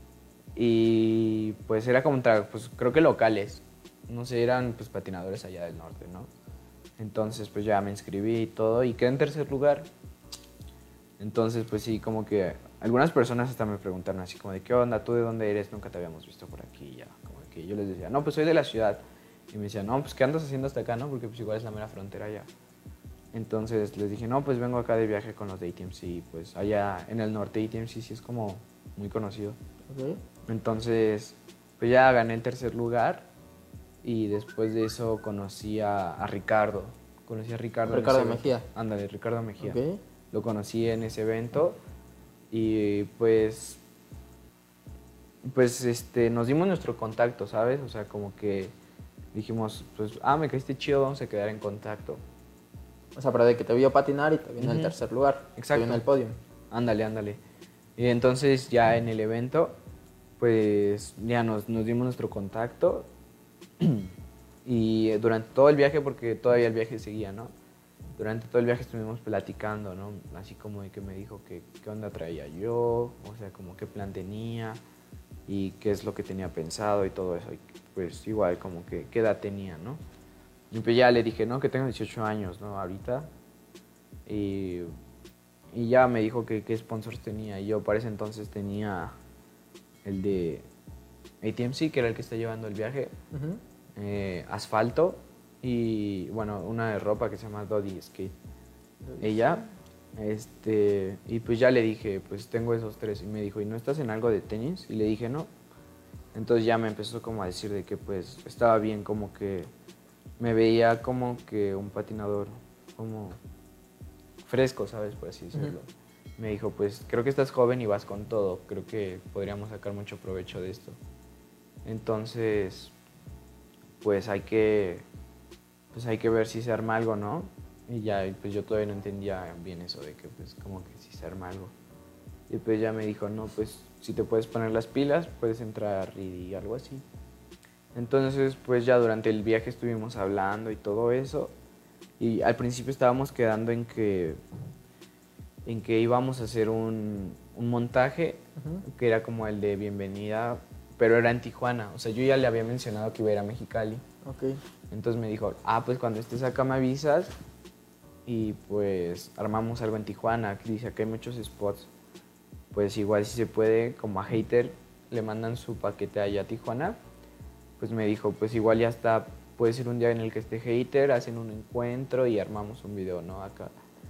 Y, pues, era contra, pues, creo que locales. No sé, eran, pues, patinadores allá del norte, ¿no? Entonces, pues, ya me inscribí y todo, y quedé en tercer lugar. Entonces, pues sí, como que algunas personas hasta me preguntaron así como de, ¿qué onda? ¿Tú de dónde eres? Nunca te habíamos visto por aquí. Ya, como que yo les decía, no, pues soy de la ciudad. Y me decían, no, pues ¿qué andas haciendo hasta acá, no? Porque pues igual es la mera frontera allá. Entonces les dije, no, pues vengo acá de viaje con los de A T M C. Pues allá en el norte A T M C sí es como muy conocido. Okay. Entonces, pues ya gané el tercer lugar. Y después de eso conocí a, a Ricardo. Conocí a Ricardo. Ricardo Mejía. Ándale, Ricardo Mejía. Okay. Lo conocí en ese evento y pues, pues este, nos dimos nuestro contacto, ¿sabes? O sea, como que dijimos, pues, ah, me caíste chido, vamos a quedar en contacto. O sea, pero de que te vio patinar y te vio uh-huh. en el tercer lugar. Exacto. Te vio en el podio. Ándale, ándale. Y entonces ya en el evento, pues ya nos, nos dimos nuestro contacto y durante todo el viaje, porque todavía el viaje seguía, ¿no? Durante todo el viaje estuvimos platicando, ¿no? Así como de que me dijo que qué onda traía yo, o sea, como qué plan tenía y qué es lo que tenía pensado y todo eso. Y pues igual como que qué edad tenía, ¿no? Y pues ya le dije, no, que tengo dieciocho años, ¿no? Ahorita. Y, y ya me dijo que qué sponsors tenía. Y yo para ese entonces tenía el de A T M C, que era el que está llevando el viaje, uh-huh. eh, Asfalto. Y bueno, una de ropa que se llama Doddy Skate. Ella, este, y pues ya le dije, pues tengo esos tres. Y me dijo, ¿y no estás en algo de tenis? Y le dije, no. Entonces ya me empezó como a decir de que pues estaba bien, como que me veía como que un patinador como fresco, ¿sabes? Por así decirlo. Uh-huh. Me dijo, pues creo que estás joven y vas con todo. Creo que podríamos sacar mucho provecho de esto. Entonces, pues hay que... pues hay que ver si se arma algo, ¿no? Y ya, pues yo todavía no entendía bien eso de que, pues, como que si se arma algo. Y pues ya me dijo, no, pues, si te puedes poner las pilas, puedes entrar y algo así. Entonces, pues ya durante el viaje estuvimos hablando y todo eso. Y al principio estábamos quedando en que, en que íbamos a hacer un, un montaje, uh-huh. que era como el de bienvenida, pero era en Tijuana. O sea, yo ya le había mencionado que iba a ir a Mexicali. Okay. Entonces me dijo, ah, pues cuando estés acá me avisas y pues armamos algo en Tijuana. Dice, acá hay muchos spots. Pues igual si se puede, como a Hater le mandan su paquete allá a Tijuana. Pues me dijo, pues igual ya está, puede ser un día en el que esté Hater, hacen un encuentro y armamos un video, ¿no? Acá.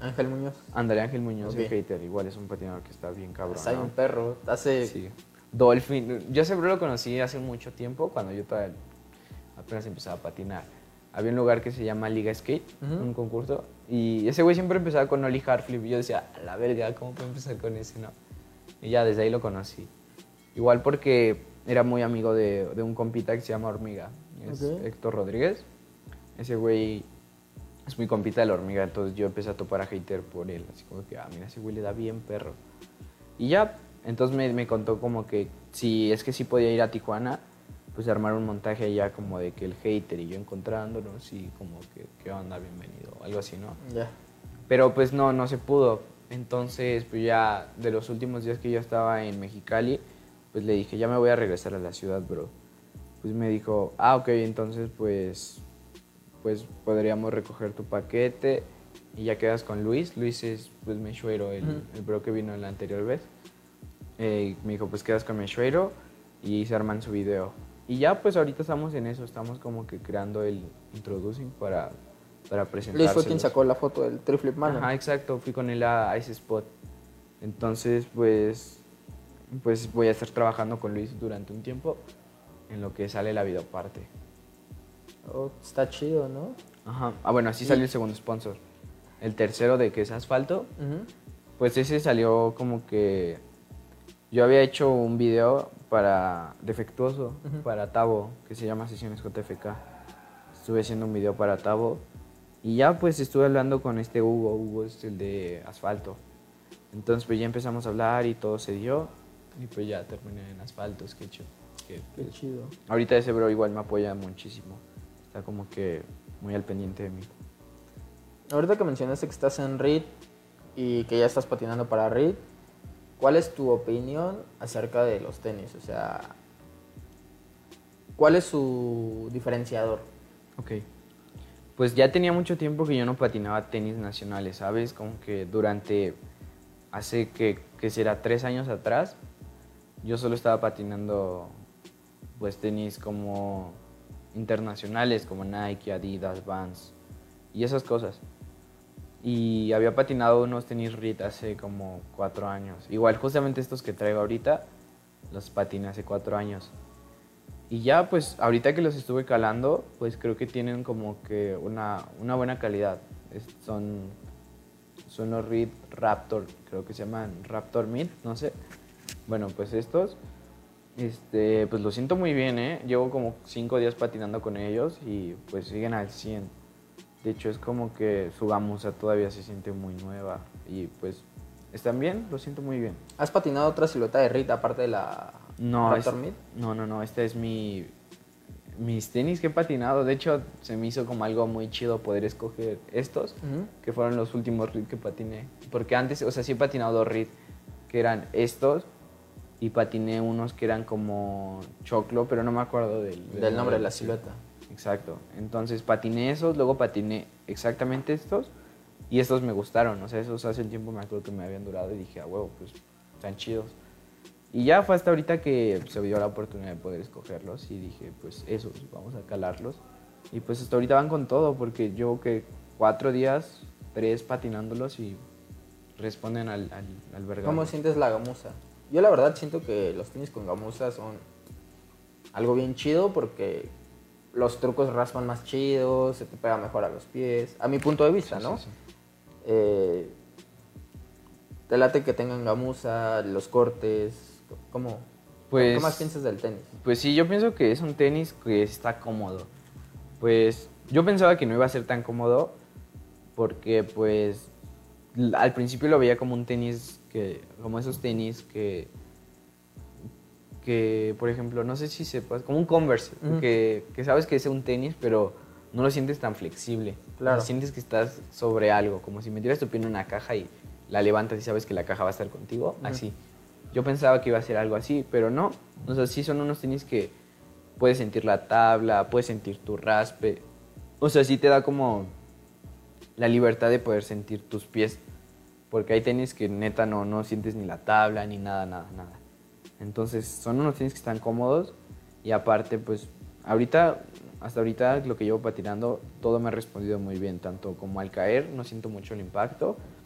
Ángel Muñoz. André Ángel Muñoz, Okay. el hater, igual es un patinador que está bien cabrón. Está ¿no? bien perro. Hace... Sí. Dolphin, yo siempre lo conocí hace mucho tiempo, cuando yo todavía apenas empezaba a patinar. Había un lugar que se llama Liga Skate, Ujú. un concurso, y ese güey siempre empezaba con Ollie Hardflip, y yo decía, a la verga, ¿cómo puedo empezar con ese, no? Y ya, desde ahí lo conocí. Igual porque era muy amigo de, de un compita que se llama Hormiga, es Ok. Héctor Rodríguez. Ese güey es muy compita de la Hormiga, entonces yo empecé a topar a hater por él, así como que, ah, mira, ese güey le da bien perro. Y ya, entonces me, me contó como que si es que sí podía ir a Tijuana, pues armar un montaje allá como de que el hater y yo encontrándonos y como que, ¿qué onda? Bienvenido, algo así, ¿no? Ya. Pero pues no, no se pudo. Entonces, pues ya de los últimos días que yo estaba en Mexicali, pues le dije, ya me voy a regresar a la ciudad, bro. Pues me dijo, ah, ok, entonces pues, pues podríamos recoger tu paquete y ya quedas con Luis. Luis es pues Mechuero, el, Ujú. el bro que vino la anterior vez. Eh, me dijo, pues quedas con Mechuero y se arman su video. Y ya pues ahorita estamos en eso, estamos como que creando el introducing para, para presentarse. Luis fue quien sacó la foto del Triflip Manual. Ajá, exacto, fui con él a, a ese spot. Entonces, pues, pues voy a estar trabajando con Luis durante un tiempo en lo que sale la videoparte. Oh, está chido, ¿no? Ajá. Ah, bueno, así Y- salió el segundo sponsor. El tercero de que es asfalto, Ujú. pues ese salió como que yo había hecho un video para Defectuoso, Ujú. para Tavo, que se llama Sesiones J F K. Estuve haciendo un video para Tavo y ya pues estuve hablando con este Hugo, Hugo es el de asfalto. Entonces pues ya empezamos a hablar y todo se dio y pues ya terminé en asfalto, sketch. Que, Qué pues, chido. ahorita ese bro igual me apoya muchísimo, está como que muy al pendiente de mí. Ahorita que mencionaste que estás en R I D y que ya estás patinando para R I D, ¿cuál es tu opinión acerca de los tenis? O sea, ¿cuál es su diferenciador? Ok. Pues ya tenía mucho tiempo que yo no patinaba tenis nacionales, ¿sabes? Como que durante, hace que, que será tres años atrás, yo solo estaba patinando pues tenis como internacionales, como Nike, Adidas, Vans y esas cosas. Y había patinado unos tenis R I T hace como cuatro años. Igual justamente estos que traigo ahorita, los patiné hace cuatro años. Y ya, pues, ahorita que los estuve calando, pues creo que tienen como que una, una buena calidad. Es- son, son los R I T Raptor, creo que se llaman Raptor Mid, no sé. Bueno, pues estos, este, pues lo siento muy bien, ¿eh? Llevo como cinco días patinando con ellos y pues siguen al cien. De hecho, es como que su gamuza todavía se siente muy nueva y pues están bien, lo siento muy bien. ¿Has patinado otra silueta de R I D aparte de la No, Raptor es- Mid? no, no, no, esta es mi, mis tenis que he patinado. De hecho, se me hizo como algo muy chido poder escoger estos, Ujú. que fueron los últimos R I T que patiné. Porque antes, o sea, sí he patinado dos R I T, que eran estos, y patiné unos que eran como choclo, pero no me acuerdo del, Del nombre de la sí. silueta. Exacto. Entonces patiné esos, luego patiné exactamente estos, y estos me gustaron. O sea, esos hace un tiempo me acuerdo que me habían durado y dije, ah, huevo, pues están chidos. Y ya fue hasta ahorita que se dio la oportunidad de poder escogerlos y dije, pues esos, vamos a calarlos. Y pues hasta ahorita van con todo, porque llevo que cuatro días, tres patinándolos y responden al, al, al vergazo. ¿Cómo sientes la gamuza? Yo la verdad siento que los tenis con gamuza son algo bien chido porque los trucos raspan más chidos, se te pega mejor a los pies, a mi punto de vista, Sí, ¿no? sí, sí. Eh, te late que tengan gamuza, los cortes, ¿cómo? Pues- ¿Qué más piensas del tenis? Pues sí, yo pienso que es un tenis que está cómodo. Pues yo pensaba que no iba a ser tan cómodo porque pues l- al principio lo veía como un tenis que, como esos tenis que, que por ejemplo, no sé si sepas, como un Converse, Ujú. que, que sabes que es un tenis pero no lo sientes tan flexible. Claro. O sea, sientes que estás sobre algo, como si metieras tu pie en una caja y la levantas y sabes que la caja va a estar contigo, Ujú. así. Yo pensaba que iba a ser algo así, pero no. O sea, sí son unos tenis que puedes sentir la tabla, puedes sentir tu raspe. O sea, sí te da como la libertad de poder sentir tus pies. Porque hay tenis que neta no, no sientes ni la tabla, ni nada, nada, nada. Entonces, son unos tenis que están cómodos. Y aparte, pues, ahorita, hasta ahorita, lo que llevo patinando, todo me ha respondido muy bien. Tanto como al caer, no siento mucho el impacto.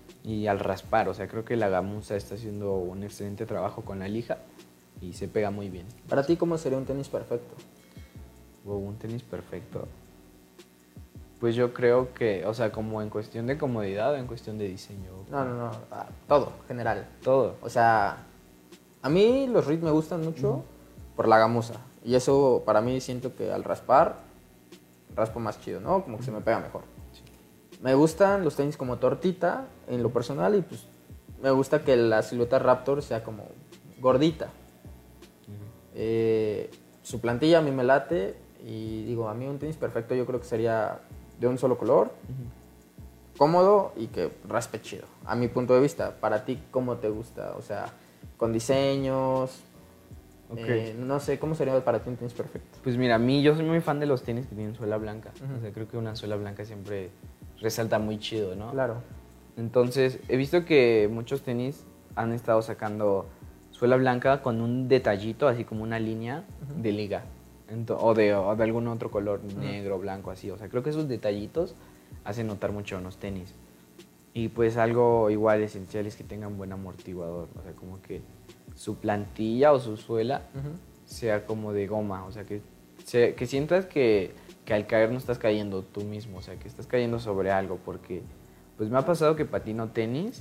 y al raspar. O sea, creo que la gamuza está haciendo un excelente trabajo con la lija y se pega muy bien. Para ti, ¿cómo sería un tenis perfecto? O un tenis perfecto. Pues yo creo que, o sea, como en cuestión de comodidad o en cuestión de diseño. No, no, no, ah, todo, general. Todo. O sea, a mí los Reed me gustan mucho uh-huh. por la gamuza. Y eso para mí siento que al raspar, raspo más chido, ¿no? Como que uh-huh. se me pega mejor. Sí. Me gustan los tenis como tortita en lo personal y pues me gusta que la silueta Raptor sea como gordita. Uh-huh. Eh, su plantilla a mí me late y digo, a mí un tenis perfecto yo creo que sería de un solo color, uh-huh. cómodo y que raspe chido. A mi punto de vista, para ti, ¿cómo te gusta? O sea, con diseños, okay. eh, no sé, ¿cómo sería para ti un tenis perfecto? Pues mira, a mí yo soy muy fan de los tenis que tienen suela blanca. Uh-huh. O sea, creo que una suela blanca siempre resalta muy chido, ¿no? Claro. Entonces, he visto que muchos tenis han estado sacando suela blanca con un detallito, así como una línea uh-huh. de liga. Ento- o, de, o de algún otro color, uh-huh. negro, blanco, así. O sea, creo que esos detallitos hacen notar mucho en los tenis. Y pues algo igual esencial es que tengan buen amortiguador. O sea, como que su plantilla o su suela uh-huh. sea como de goma. O sea, que, se, que sientas que, que al caer no estás cayendo tú mismo. O sea, que estás cayendo sobre algo. Porque pues me ha pasado que patino tenis,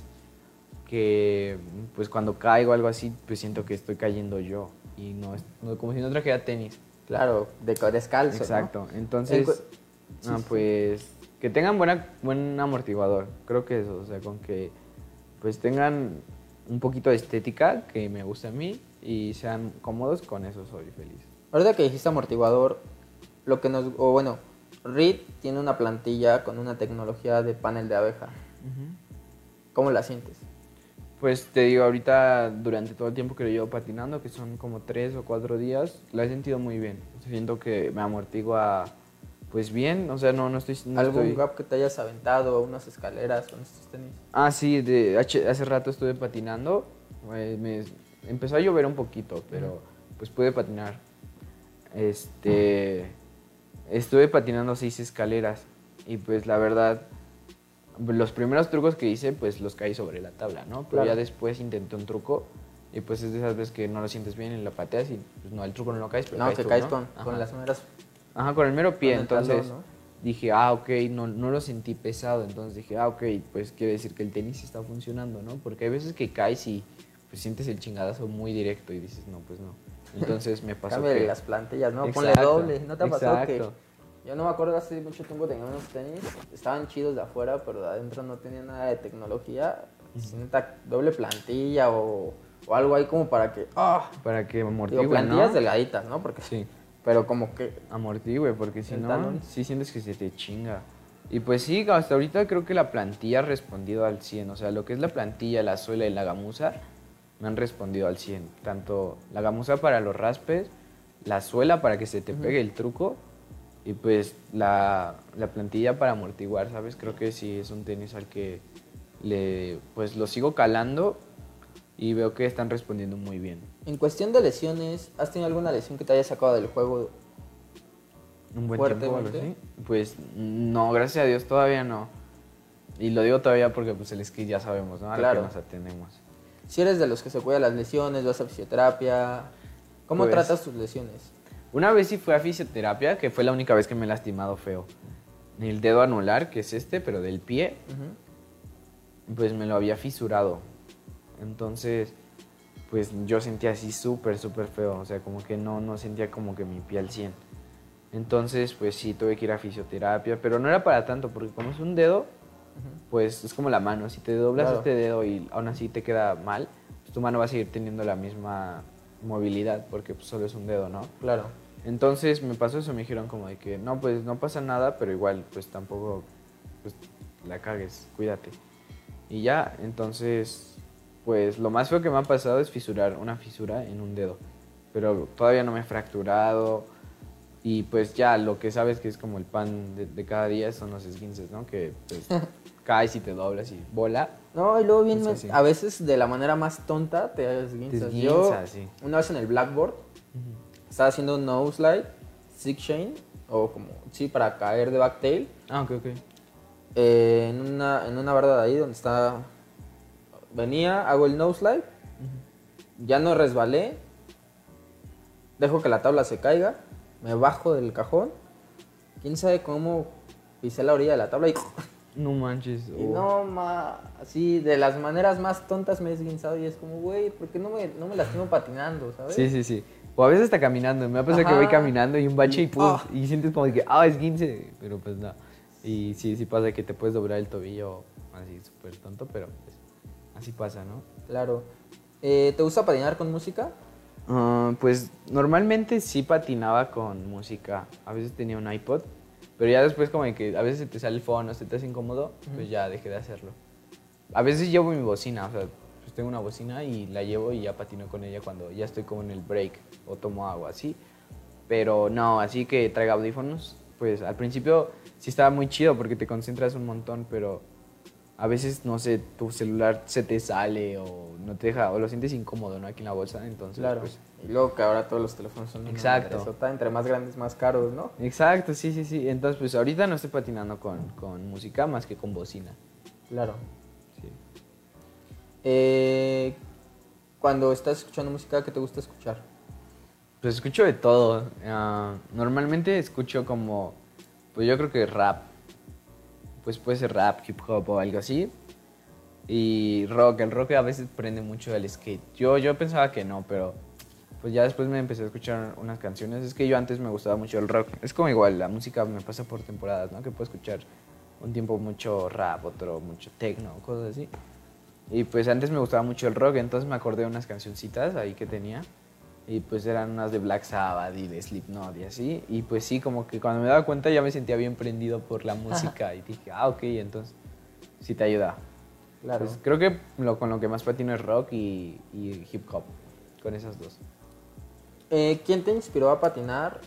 que pues cuando caigo o algo así, pues siento que estoy cayendo yo. Y no, no como si no trajera tenis. Claro, de, descalzo. Exacto. ¿no? Entonces, cu- sí, ah, pues sí. que tengan buena, buen amortiguador. Creo que eso, o sea, con que pues tengan un poquito de estética que me gusta a mí y sean cómodos, con eso soy feliz. Ahorita que dijiste amortiguador, lo que nos, o bueno, Reed tiene una plantilla con una tecnología de panel de abeja. Uh-huh. ¿Cómo la sientes? Pues te digo, ahorita durante todo el tiempo que lo llevo patinando, que son como tres o cuatro días, la he sentido muy bien. Siento que me amortigua pues bien, o sea, no, no estoy... No ¿Algún estoy... gap que te hayas aventado, unas escaleras con estos tenis? Ah, sí, de, hace rato estuve patinando, eh, me, empezó a llover un poquito, pero uh-huh. pues pude patinar. Este, uh-huh. Estuve patinando seis escaleras y pues la verdad... Los primeros trucos que hice, pues los caí sobre la tabla, ¿no? Pero claro. ya después intenté un truco y pues es de esas veces que no lo sientes bien y lo pateas y pues no, el truco no lo caes, pero no, caes que tú, caes ¿no? con, con las meras... Ajá, con el mero pie, el entonces talón, ¿no? dije, ah, ok, no, no lo sentí pesado, entonces dije, ah, ok, pues quiere decir que el tenis está funcionando, ¿no? Porque hay veces que caes y pues sientes el chingadazo muy directo y dices, no, pues no. Entonces me pasó Cámbiale que... las plantillas, ¿no? Exacto, ponle doble, ¿no te ha pasado exacto. que... Yo no me acuerdo, hace mucho tiempo tenía unos tenis, estaban chidos de afuera, pero de adentro no tenía nada de tecnología. Uh-huh. Neta, doble plantilla o, o algo ahí como para que... Oh, para que amortigue, digo, plantillas ¿no? delgaditas, ¿no? Porque sí. Pero como que... amortigue, porque si no, talón. sí sientes que se te chinga. Y pues sí, hasta ahorita creo que la plantilla ha respondido al cien. O sea, lo que es la plantilla, la suela y la gamuza me han respondido al cien. Tanto la gamuza para los raspes, la suela para que se te pegue uh-huh. el truco... Y pues la, la plantilla para amortiguar, ¿sabes? Creo que sí es un tenis al que le, pues lo sigo calando y veo que están respondiendo muy bien. En cuestión de lesiones, ¿has tenido alguna lesión que te haya sacado del juego? ¿Un buen tiempo o algo así? Pues no, gracias a Dios todavía no. Y lo digo todavía porque pues el esquí ya sabemos, ¿no? A claro. lo que nos atenemos. Si eres de los que se cuida las lesiones, vas a fisioterapia, ¿cómo pues, tratas tus lesiones? Una vez sí fui a fisioterapia, que fue la única vez que me he lastimado feo. El dedo anular, que es este, pero del pie, uh-huh. pues me lo había fisurado. Entonces, pues yo sentía así súper, súper feo. O sea, como que no, no sentía como que mi pie al cien. Entonces, pues sí, tuve que ir a fisioterapia, pero no era para tanto, porque como es un dedo, uh-huh. pues es como la mano. Si te doblas claro. este dedo y aún así te queda mal, pues tu mano va a seguir teniendo la misma... movilidad, porque pues, solo es un dedo, ¿no? Claro. Entonces me pasó eso, me dijeron como de que no, pues no pasa nada, pero igual pues tampoco pues, la cagues, cuídate. Y ya, entonces pues lo más feo que me ha pasado es fisurar, una fisura en un dedo, pero todavía no me he fracturado y pues ya lo que sabes que es como el pan de, de cada día son los esguinces, ¿no? Que pues caes y te doblas y bola. No, y luego bien, me, a veces de la manera más tonta te esguinzas. Te Yo, sí. una vez en el blackboard, uh-huh. estaba haciendo un nose slide, six chain, o como, sí, para caer de backtail. Ah, ok, ok. Eh, en, una, en una barda de ahí donde está venía, hago el nose slide, ya no resbalé, dejo que la tabla se caiga, me bajo del cajón, quién sabe cómo pisé la orilla de la tabla y... No manches. Y no, ma, así de las maneras más tontas me he esguinzado y es como, güey, ¿por qué no me, no me lastimo patinando, sabes? Sí, sí, sí. O a veces hasta caminando. Me ha pasado que voy caminando y un bache y, y pum, oh. y sientes como que, ah, esguince. Pero pues no. Y sí, sí pasa que te puedes doblar el tobillo así súper tonto, pero pues así pasa, ¿no? Claro. Eh, ¿Te gusta patinar con música? Uh, pues normalmente sí patinaba con música. A veces tenía un iPod. Pero ya después como que a veces se te sale el phone o se te hace incómodo, uh-huh. pues ya dejé de hacerlo. A veces llevo mi bocina, o sea, pues tengo una bocina y la llevo y ya patino con ella cuando ya estoy como en el break o tomo agua, así. Pero no, así que traiga audífonos, pues al principio sí estaba muy chido porque te concentras un montón, pero a veces, no sé, tu celular se te sale o no te deja, o lo sientes incómodo, ¿no? Aquí en la bolsa, entonces claro. Pues, y luego que ahora todos los teléfonos son exacto. una madresota, entre más grandes, más caros, ¿no? Exacto, sí, sí, sí. Entonces, pues ahorita no estoy patinando con, con música más que con bocina. Claro. Sí. Eh, cuando estás escuchando música, ¿qué te gusta escuchar? Pues escucho de todo. Uh, normalmente escucho como, pues yo creo que rap. Pues puede ser rap, hip hop o algo así. Y rock, el rock a veces prende mucho el skate. Yo, yo pensaba que no, pero pues ya después me empecé a escuchar unas canciones. Es que yo antes me gustaba mucho el rock. Es como igual, la música me pasa por temporadas, ¿no? Que puedo escuchar un tiempo mucho rap, otro mucho techno, cosas así. Y pues antes me gustaba mucho el rock, entonces me acordé de unas cancioncitas ahí que tenía. Y pues eran unas de Black Sabbath y de Slipknot y así. Y pues sí, como que cuando me daba cuenta ya me sentía bien prendido por la música. Y dije, ah, ok, entonces sí te ayuda. Claro. Pues creo que lo, con lo que más patino es rock y, y hip hop, con esas dos. Eh, ¿Quién te inspiró a patinar?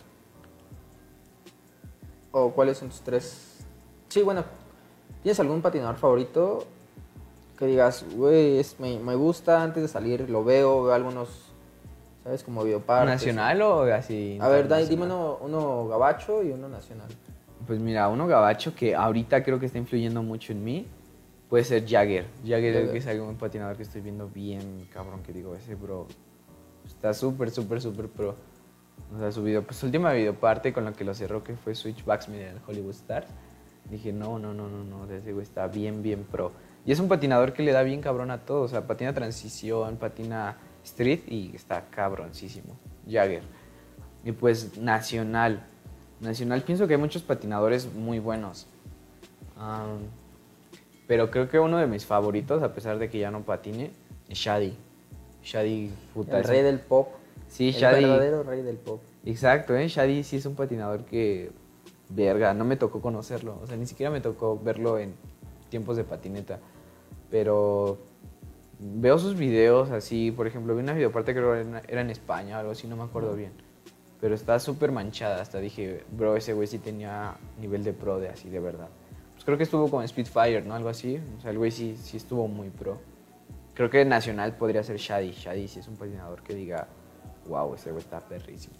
¿O cuáles son tus tres? Sí, bueno, ¿tienes algún patinador favorito? Que digas, güey, me, me gusta, antes de salir lo veo, veo algunos, ¿sabes? Como videopartes. ¿Nacional o así? A ver, dai, dime uno, uno gabacho y uno nacional. Pues mira, uno gabacho que ahorita creo que está influyendo mucho en mí puede ser Jagger. Jagger, Jagger. Es algún patinador que estoy viendo bien cabrón, que digo, ese bro está súper, súper, súper pro. O sea, su video, pues su última videoparte con la que lo cerró, que fue Switchbacks en el Hollywood Stars. Dije, no, no, no, no, no, ese güey está bien, bien pro. Y es un patinador que le da bien cabrón a todo. O sea, patina transición, patina street y está cabroncísimo. Jagger. Y pues nacional. Nacional pienso que hay muchos patinadores muy buenos. Um, pero creo que uno de mis favoritos, a pesar de que ya no patine, es Shadi. Shadi, puta. El rey del pop. Sí, el Shadi. El verdadero rey del pop. Exacto, ¿eh? Shadi sí es un patinador que, verga, no me tocó conocerlo. O sea, ni siquiera me tocó verlo en tiempos de patineta. Pero veo sus videos así, por ejemplo, vi una videoparte que era en España, algo así, no me acuerdo bien. Pero está súper manchada, hasta dije, bro, ese güey sí tenía nivel de pro de así, de verdad. Pues creo que estuvo con Spitfire, ¿no? Algo así. O sea, el güey sí, sí estuvo muy pro. Creo que nacional podría ser Shadi. Shadi sí es un patinador que diga, wow, ese güey está perrísimo.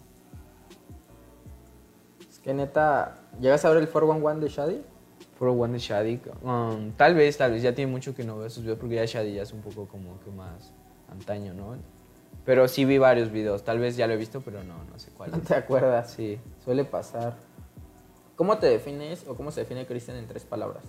Es que neta, ¿llegas a ver el cuatro once de Shadi? cuatro once de Shadi, um, tal vez, tal vez, ya tiene mucho que no veo sus videos porque ya Shadi ya es un poco como que más antaño, ¿no? Pero sí vi varios videos, tal vez ya lo he visto, pero no, no sé cuál. ¿No te acuerdas? Sí. Suele pasar. ¿Cómo te defines o cómo se define Cristian en tres palabras?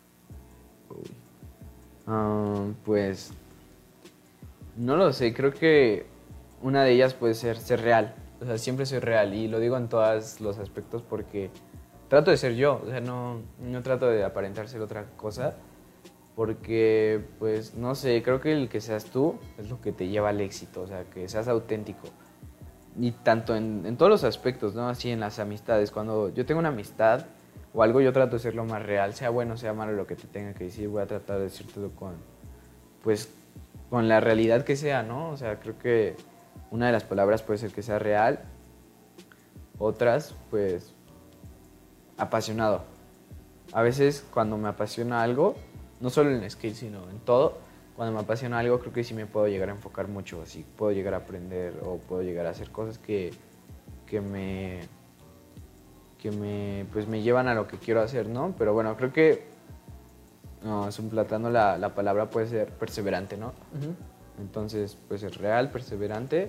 Um, pues, no lo sé, creo que una de ellas puede ser ser real. O sea, siempre soy real y lo digo en todos los aspectos porque trato de ser yo, o sea, no, no trato de aparentar ser otra cosa porque, pues, no sé, creo que el que seas tú es lo que te lleva al éxito, o sea, que seas auténtico. Y tanto en, en todos los aspectos, ¿no? Así en las amistades, cuando yo tengo una amistad o algo, yo trato de ser lo más real, sea bueno, sea malo lo que te tenga que decir, voy a tratar de decírtelo con, pues, con la realidad que sea, ¿no? O sea, creo que una de las palabras puede ser que sea real, otras, pues, apasionado. A veces cuando me apasiona algo, no solo en skate, sino en todo, cuando me apasiona algo creo que sí me puedo llegar a enfocar mucho, así puedo llegar a aprender o puedo llegar a hacer cosas que, que me que me pues me llevan a lo que quiero hacer, ¿no? Pero bueno, creo que no, es un plátano, la, la palabra puede ser perseverante, ¿no? Ujú. Entonces, pues es real, perseverante.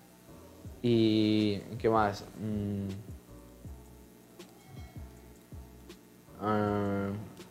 ¿Y qué más? Mm, ah,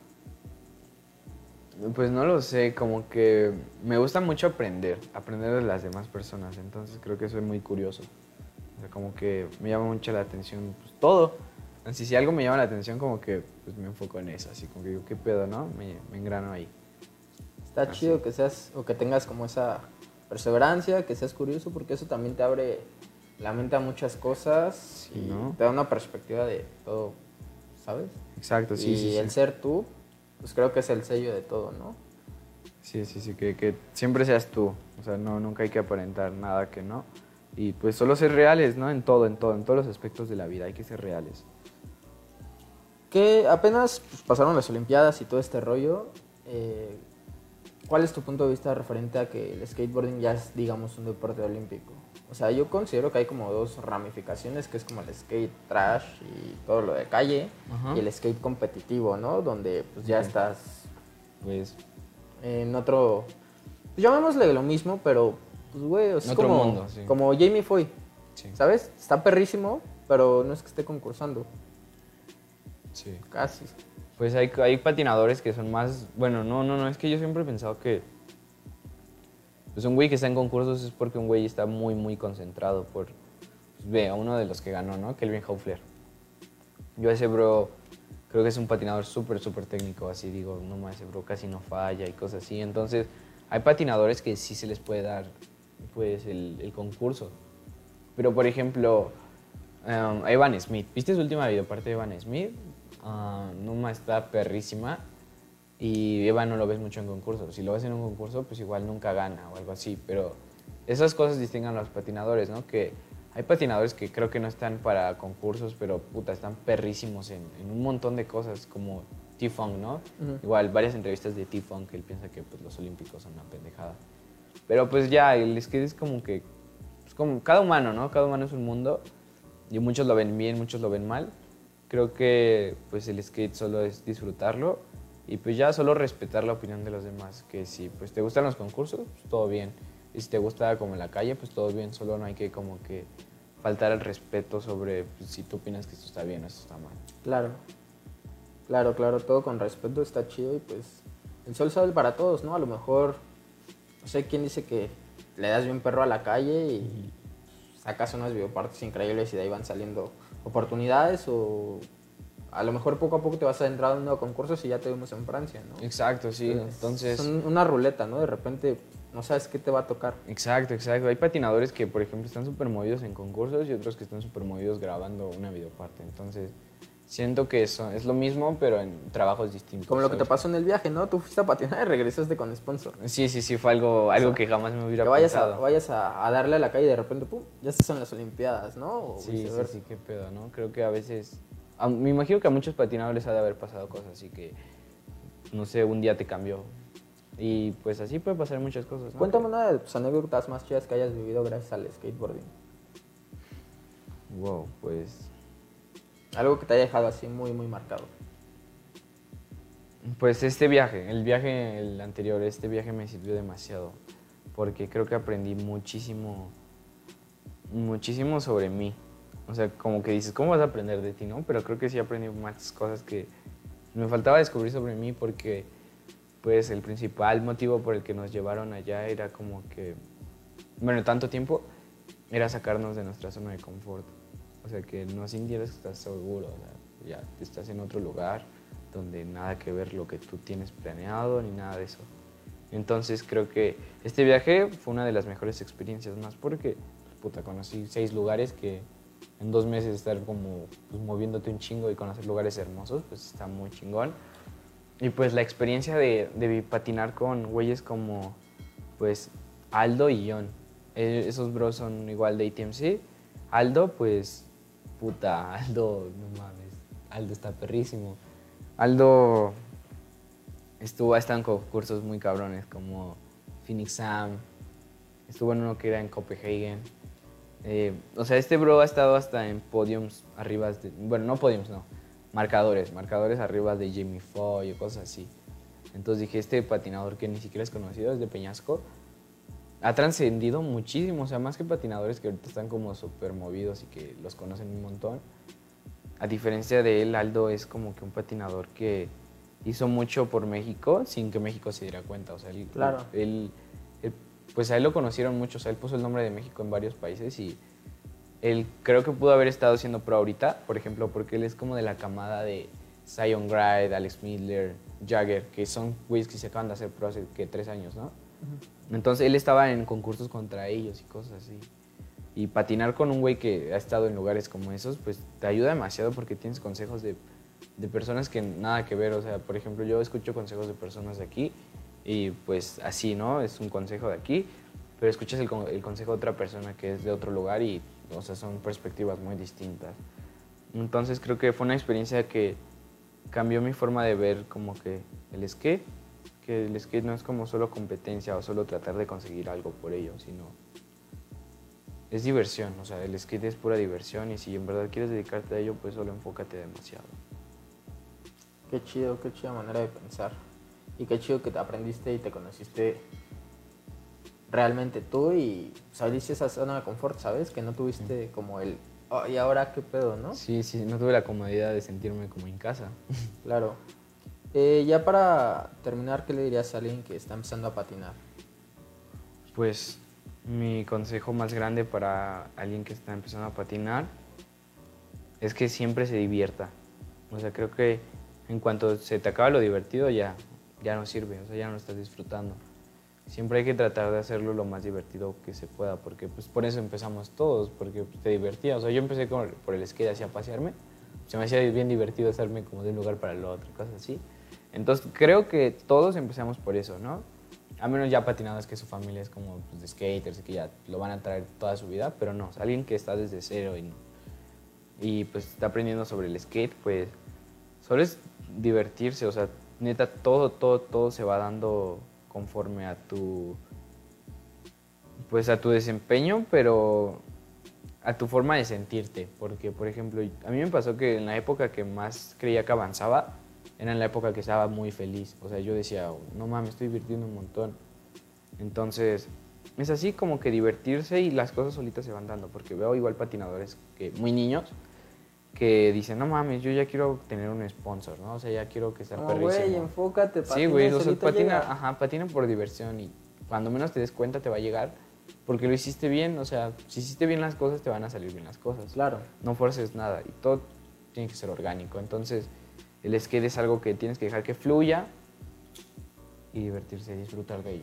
pues no lo sé, como que me gusta mucho aprender, aprender de las demás personas, entonces creo que soy muy curioso. O sea, como que me llama mucho la atención pues, todo. Así, si algo me llama la atención, como que pues, me enfoco en eso, así como que digo, ¿qué pedo, no? Me, me engrano ahí. Está Así. chido que seas o que tengas como esa perseverancia, que seas curioso, porque eso también te abre la mente a muchas cosas Sí, y ¿no? te da una perspectiva de todo, ¿sabes? Exacto, sí, Y sí, sí. el ser tú, pues creo que es el sello de todo, ¿no? Sí, sí, sí, que, que siempre seas tú. O sea, no, nunca hay que aparentar nada que no. Y pues solo ser reales, ¿no? En todo, en todo, en todos los aspectos de la vida hay que ser reales. Que apenas pues, pasaron las Olimpiadas y todo este rollo. eh, ¿Cuál es tu punto de vista referente a que el skateboarding ya es, digamos, un deporte olímpico? O sea, yo considero que hay como dos ramificaciones, que es como el skate trash y todo lo de calle, Ajá. y el skate competitivo, ¿no? Donde pues ya Ok. estás Pues en otro, pues llamémosle lo mismo, pero pues güey, es En otro como, mundo, sí. como Jamie Foy, sí, ¿sabes? Está perrísimo, pero no es que esté concursando, sí. casi. Pues hay, hay patinadores que son más... Bueno, no, no, no, es que yo siempre he pensado que... Pues un güey que está en concursos es porque un güey está muy, muy concentrado por... Pues ve, a uno de los que ganó, ¿no? Kelvin Hoefler. Yo a ese bro creo que es un patinador súper, súper técnico, así digo, no más, ese bro casi no falla y cosas así. Entonces, hay patinadores que sí se les puede dar, pues, el, el concurso. Pero, por ejemplo, um, Evan Smith, ¿viste su última videoparte de Evan Smith? Uh, no más, está perrísima. Y Evan no lo ves mucho en concursos. Si lo ves en un concurso, pues igual nunca gana o algo así. Pero esas cosas distinguen a los patinadores, ¿no? Que hay patinadores que creo que no están para concursos, pero puta, están perrísimos en, en un montón de cosas, como T-Funk, ¿no? Ujú. Igual, varias entrevistas de T-Funk, que él piensa que pues, los olímpicos son una pendejada. Pero pues ya, el skate es como que, es como cada humano, ¿no? Cada humano es un mundo y muchos lo ven bien, muchos lo ven mal. Creo que pues el skate solo es disfrutarlo y pues ya solo respetar la opinión de los demás, que si pues te gustan los concursos, pues todo bien. Y si te gusta como en la calle, pues todo bien, solo no hay que como que faltar al respeto sobre pues, si tú opinas que esto está bien o esto está mal. Claro, claro, claro, todo con respeto está chido y pues el sol sale para todos, ¿no? A lo mejor, no sé quién dice que le das bien perro a la calle y sacas unas videopartes increíbles y de ahí van saliendo oportunidades o a lo mejor poco a poco te vas adentrando a concursos y ya te vemos en Francia, ¿no? Exacto, sí, Entonces, entonces... son una ruleta, ¿no? De repente no sabes qué te va a tocar. Exacto, exacto. Hay patinadores que, por ejemplo, están súper movidos en concursos y otros que están súper movidos grabando una videoparte. Entonces, siento que eso es lo mismo, pero en trabajos distintos. Como lo que te ¿sabes? pasó en el viaje, ¿no? Tú fuiste a patinar y regresaste con sponsor. Sí, sí, sí, fue algo, algo O sea, que jamás me hubiera Que vayas, a, pensado. vayas a, a darle a la calle y de repente, pum, ya estás en las Olimpiadas, ¿no? O Sí, sí, viceversa. sí, qué pedo, ¿no? Creo que a veces... a- me imagino que a muchos patinadores ha de haber pasado cosas así que, no sé, un día te cambió. Y pues así puede pasar muchas cosas, ¿no? Cuéntame una de tus anécdotas más chidas que hayas vivido gracias al skateboarding. Wow, pues... Algo que te haya dejado así muy, muy marcado. Pues este viaje, el viaje, el anterior, este viaje me sirvió demasiado. Porque creo que aprendí muchísimo, muchísimo sobre mí. O sea, como que dices, ¿cómo vas a aprender de ti, no? Pero creo que sí aprendí más cosas que me faltaba descubrir sobre mí porque, pues, el principal motivo por el que nos llevaron allá era como que, bueno, tanto tiempo, era sacarnos de nuestra zona de confort. O sea, que no sintieras que estás seguro, o sea, ya estás en otro lugar donde nada que ver lo que tú tienes planeado ni nada de eso. Entonces creo que este viaje fue una de las mejores experiencias más porque, pues, puta, conocí seis lugares que en dos meses estar como pues, moviéndote un chingo y conocer lugares hermosos, pues está muy chingón. Y pues la experiencia de, de patinar con güeyes como pues Aldo y John. Eh, esos bros son igual de A T M C. Aldo, pues, puta, Aldo, no mames, Aldo está perrísimo. Aldo estuvo hasta en concursos muy cabrones como Phoenix Sam, estuvo en uno que era en Copenhagen. Eh, o sea, este bro ha estado hasta en podiums arriba, de, bueno, no podiums, no, marcadores, marcadores arriba de Jamie Foy o cosas así. Entonces dije, este patinador que ni siquiera es conocido, es de Peñasco, ha trascendido muchísimo, o sea, más que patinadores que ahorita están como súper movidos y que los conocen un montón. A diferencia de él, Aldo es como que un patinador que hizo mucho por México sin que México se diera cuenta. O sea, él, Claro. él, él, pues a él lo conocieron mucho, o sea, él puso el nombre de México en varios países y él creo que pudo haber estado siendo pro ahorita, por ejemplo, porque él es como de la camada de Zion Gride, Alex Midler, Jagger, que son güeyes que se acaban de hacer pro hace que tres años, ¿no? Uh-huh. Entonces él estaba en concursos contra ellos y cosas así. Y patinar con un güey que ha estado en lugares como esos, pues te ayuda demasiado porque tienes consejos de, de personas que nada que ver. O sea, por ejemplo, yo escucho consejos de personas de aquí y pues así, ¿no? Es un consejo de aquí, pero escuchas el, el consejo de otra persona que es de otro lugar y, o sea, son perspectivas muy distintas. Entonces creo que fue una experiencia que cambió mi forma de ver como que el skate, que el skate no es como solo competencia o solo tratar de conseguir algo por ello, sino es diversión, o sea, el skate es pura diversión y si en verdad quieres dedicarte a ello, pues solo enfócate demasiado. Qué chido, qué chida manera de pensar. Y qué chido que te aprendiste y te conociste realmente tú y saliste esa zona de confort, ¿sabes? Que no tuviste sí. como el, oh, ¿y ahora qué pedo, no? Sí, sí, no tuve la comodidad de sentirme como en casa. Claro. Eh, ya para terminar, ¿qué le dirías a alguien que está empezando a patinar? Pues mi consejo más grande para alguien que está empezando a patinar es que siempre se divierta. O sea, creo que en cuanto se te acaba lo divertido ya, ya no sirve, o sea, ya no lo estás disfrutando. Siempre hay que tratar de hacerlo lo más divertido que se pueda, porque pues por eso empezamos todos, porque pues, te divertía. O sea, yo empecé con, por el skate así a pasearme, se me hacía bien divertido estarme como de un lugar para el otro, cosas así. Entonces creo que todos empezamos por eso, ¿no? A menos ya patinados que su familia es como pues, de skaters y que ya lo van a traer toda su vida, pero no, o sea, alguien que está desde cero y, y pues está aprendiendo sobre el skate, pues solo es divertirse, o sea, neta, todo, todo, todo se va dando conforme a tu, pues a tu desempeño, pero a tu forma de sentirte, porque por ejemplo, a mí me pasó que en la época que más creía que avanzaba, era en la época que estaba muy feliz. O sea, yo decía, no mames, me estoy divirtiendo un montón. Entonces, es así como que divertirse y las cosas solitas se van dando. Porque veo igual patinadores que, muy niños que dicen, no mames, yo ya quiero tener un sponsor, ¿no? O sea, ya quiero que sea no, perrísimo. Güey, enfócate, patina. Sí, güey, o sea, patina, ajá, patina por diversión y cuando menos te des cuenta te va a llegar porque lo hiciste bien. O sea, si hiciste bien las cosas, te van a salir bien las cosas. Claro. No forces nada y todo tiene que ser orgánico. Entonces, el skate es algo que tienes que dejar que fluya y divertirse, disfrutar de ello.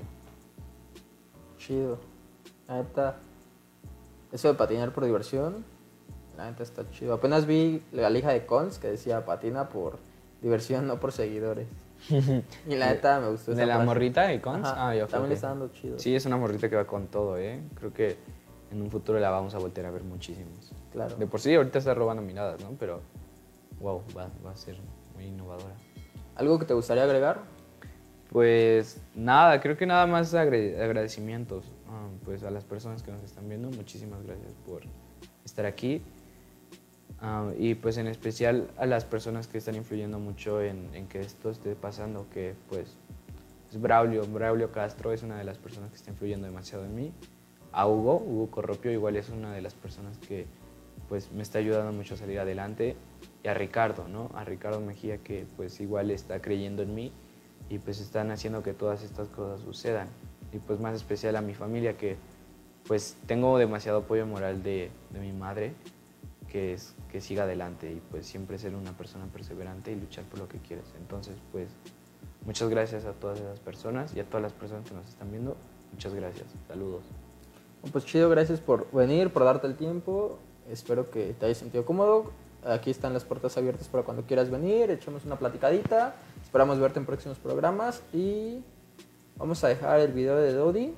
Chido. La neta, eso de patinar por diversión, la neta está chido. Apenas vi la lija de cons que decía patina por diversión, no por seguidores. Y la neta me gustó esa ¿De la frase. morrita de cons? Ajá, Ah, yo también que... le está dando chido. Sí, es una morrita que va con todo, ¿eh? Creo que en un futuro la vamos a voltear a ver muchísimos. Claro. De por sí ahorita está robando miradas, ¿no? Pero, wow, va, va a ser muy innovadora. ¿Algo que te gustaría agregar? Pues nada, creo que nada más agradecimientos um, pues a las personas que nos están viendo. Muchísimas gracias por estar aquí. Um, y pues en especial a las personas que están influyendo mucho en, en que esto esté pasando, que pues es Braulio. Braulio Castro es una de las personas que está influyendo demasiado en mí. A Hugo, Hugo Corropio igual es una de las personas que pues me está ayudando mucho a salir adelante. Y a Ricardo, ¿no? A Ricardo Mejía, que pues igual está creyendo en mí y pues están haciendo que todas estas cosas sucedan. Y pues más especial a mi familia, que pues tengo demasiado apoyo moral de, de mi madre, que es que siga adelante y pues siempre ser una persona perseverante y luchar por lo que quieres. Entonces pues muchas gracias a todas esas personas y a todas las personas que nos están viendo. Muchas gracias. Saludos. Pues chido, gracias por venir, por darte el tiempo. Espero que te hayas sentido cómodo. Aquí están las puertas abiertas para cuando quieras venir, echemos una platicadita, esperamos verte en próximos programas y vamos a dejar el video de Dodi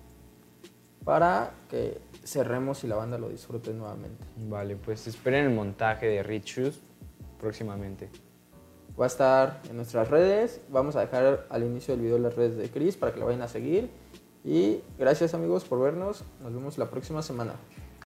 para que cerremos y la banda lo disfrute nuevamente. Vale, pues esperen el montaje de Rich Shoes próximamente. Va a estar en nuestras redes, vamos a dejar al inicio del video las redes de Chris para que lo vayan a seguir y gracias amigos por vernos, nos vemos la próxima semana.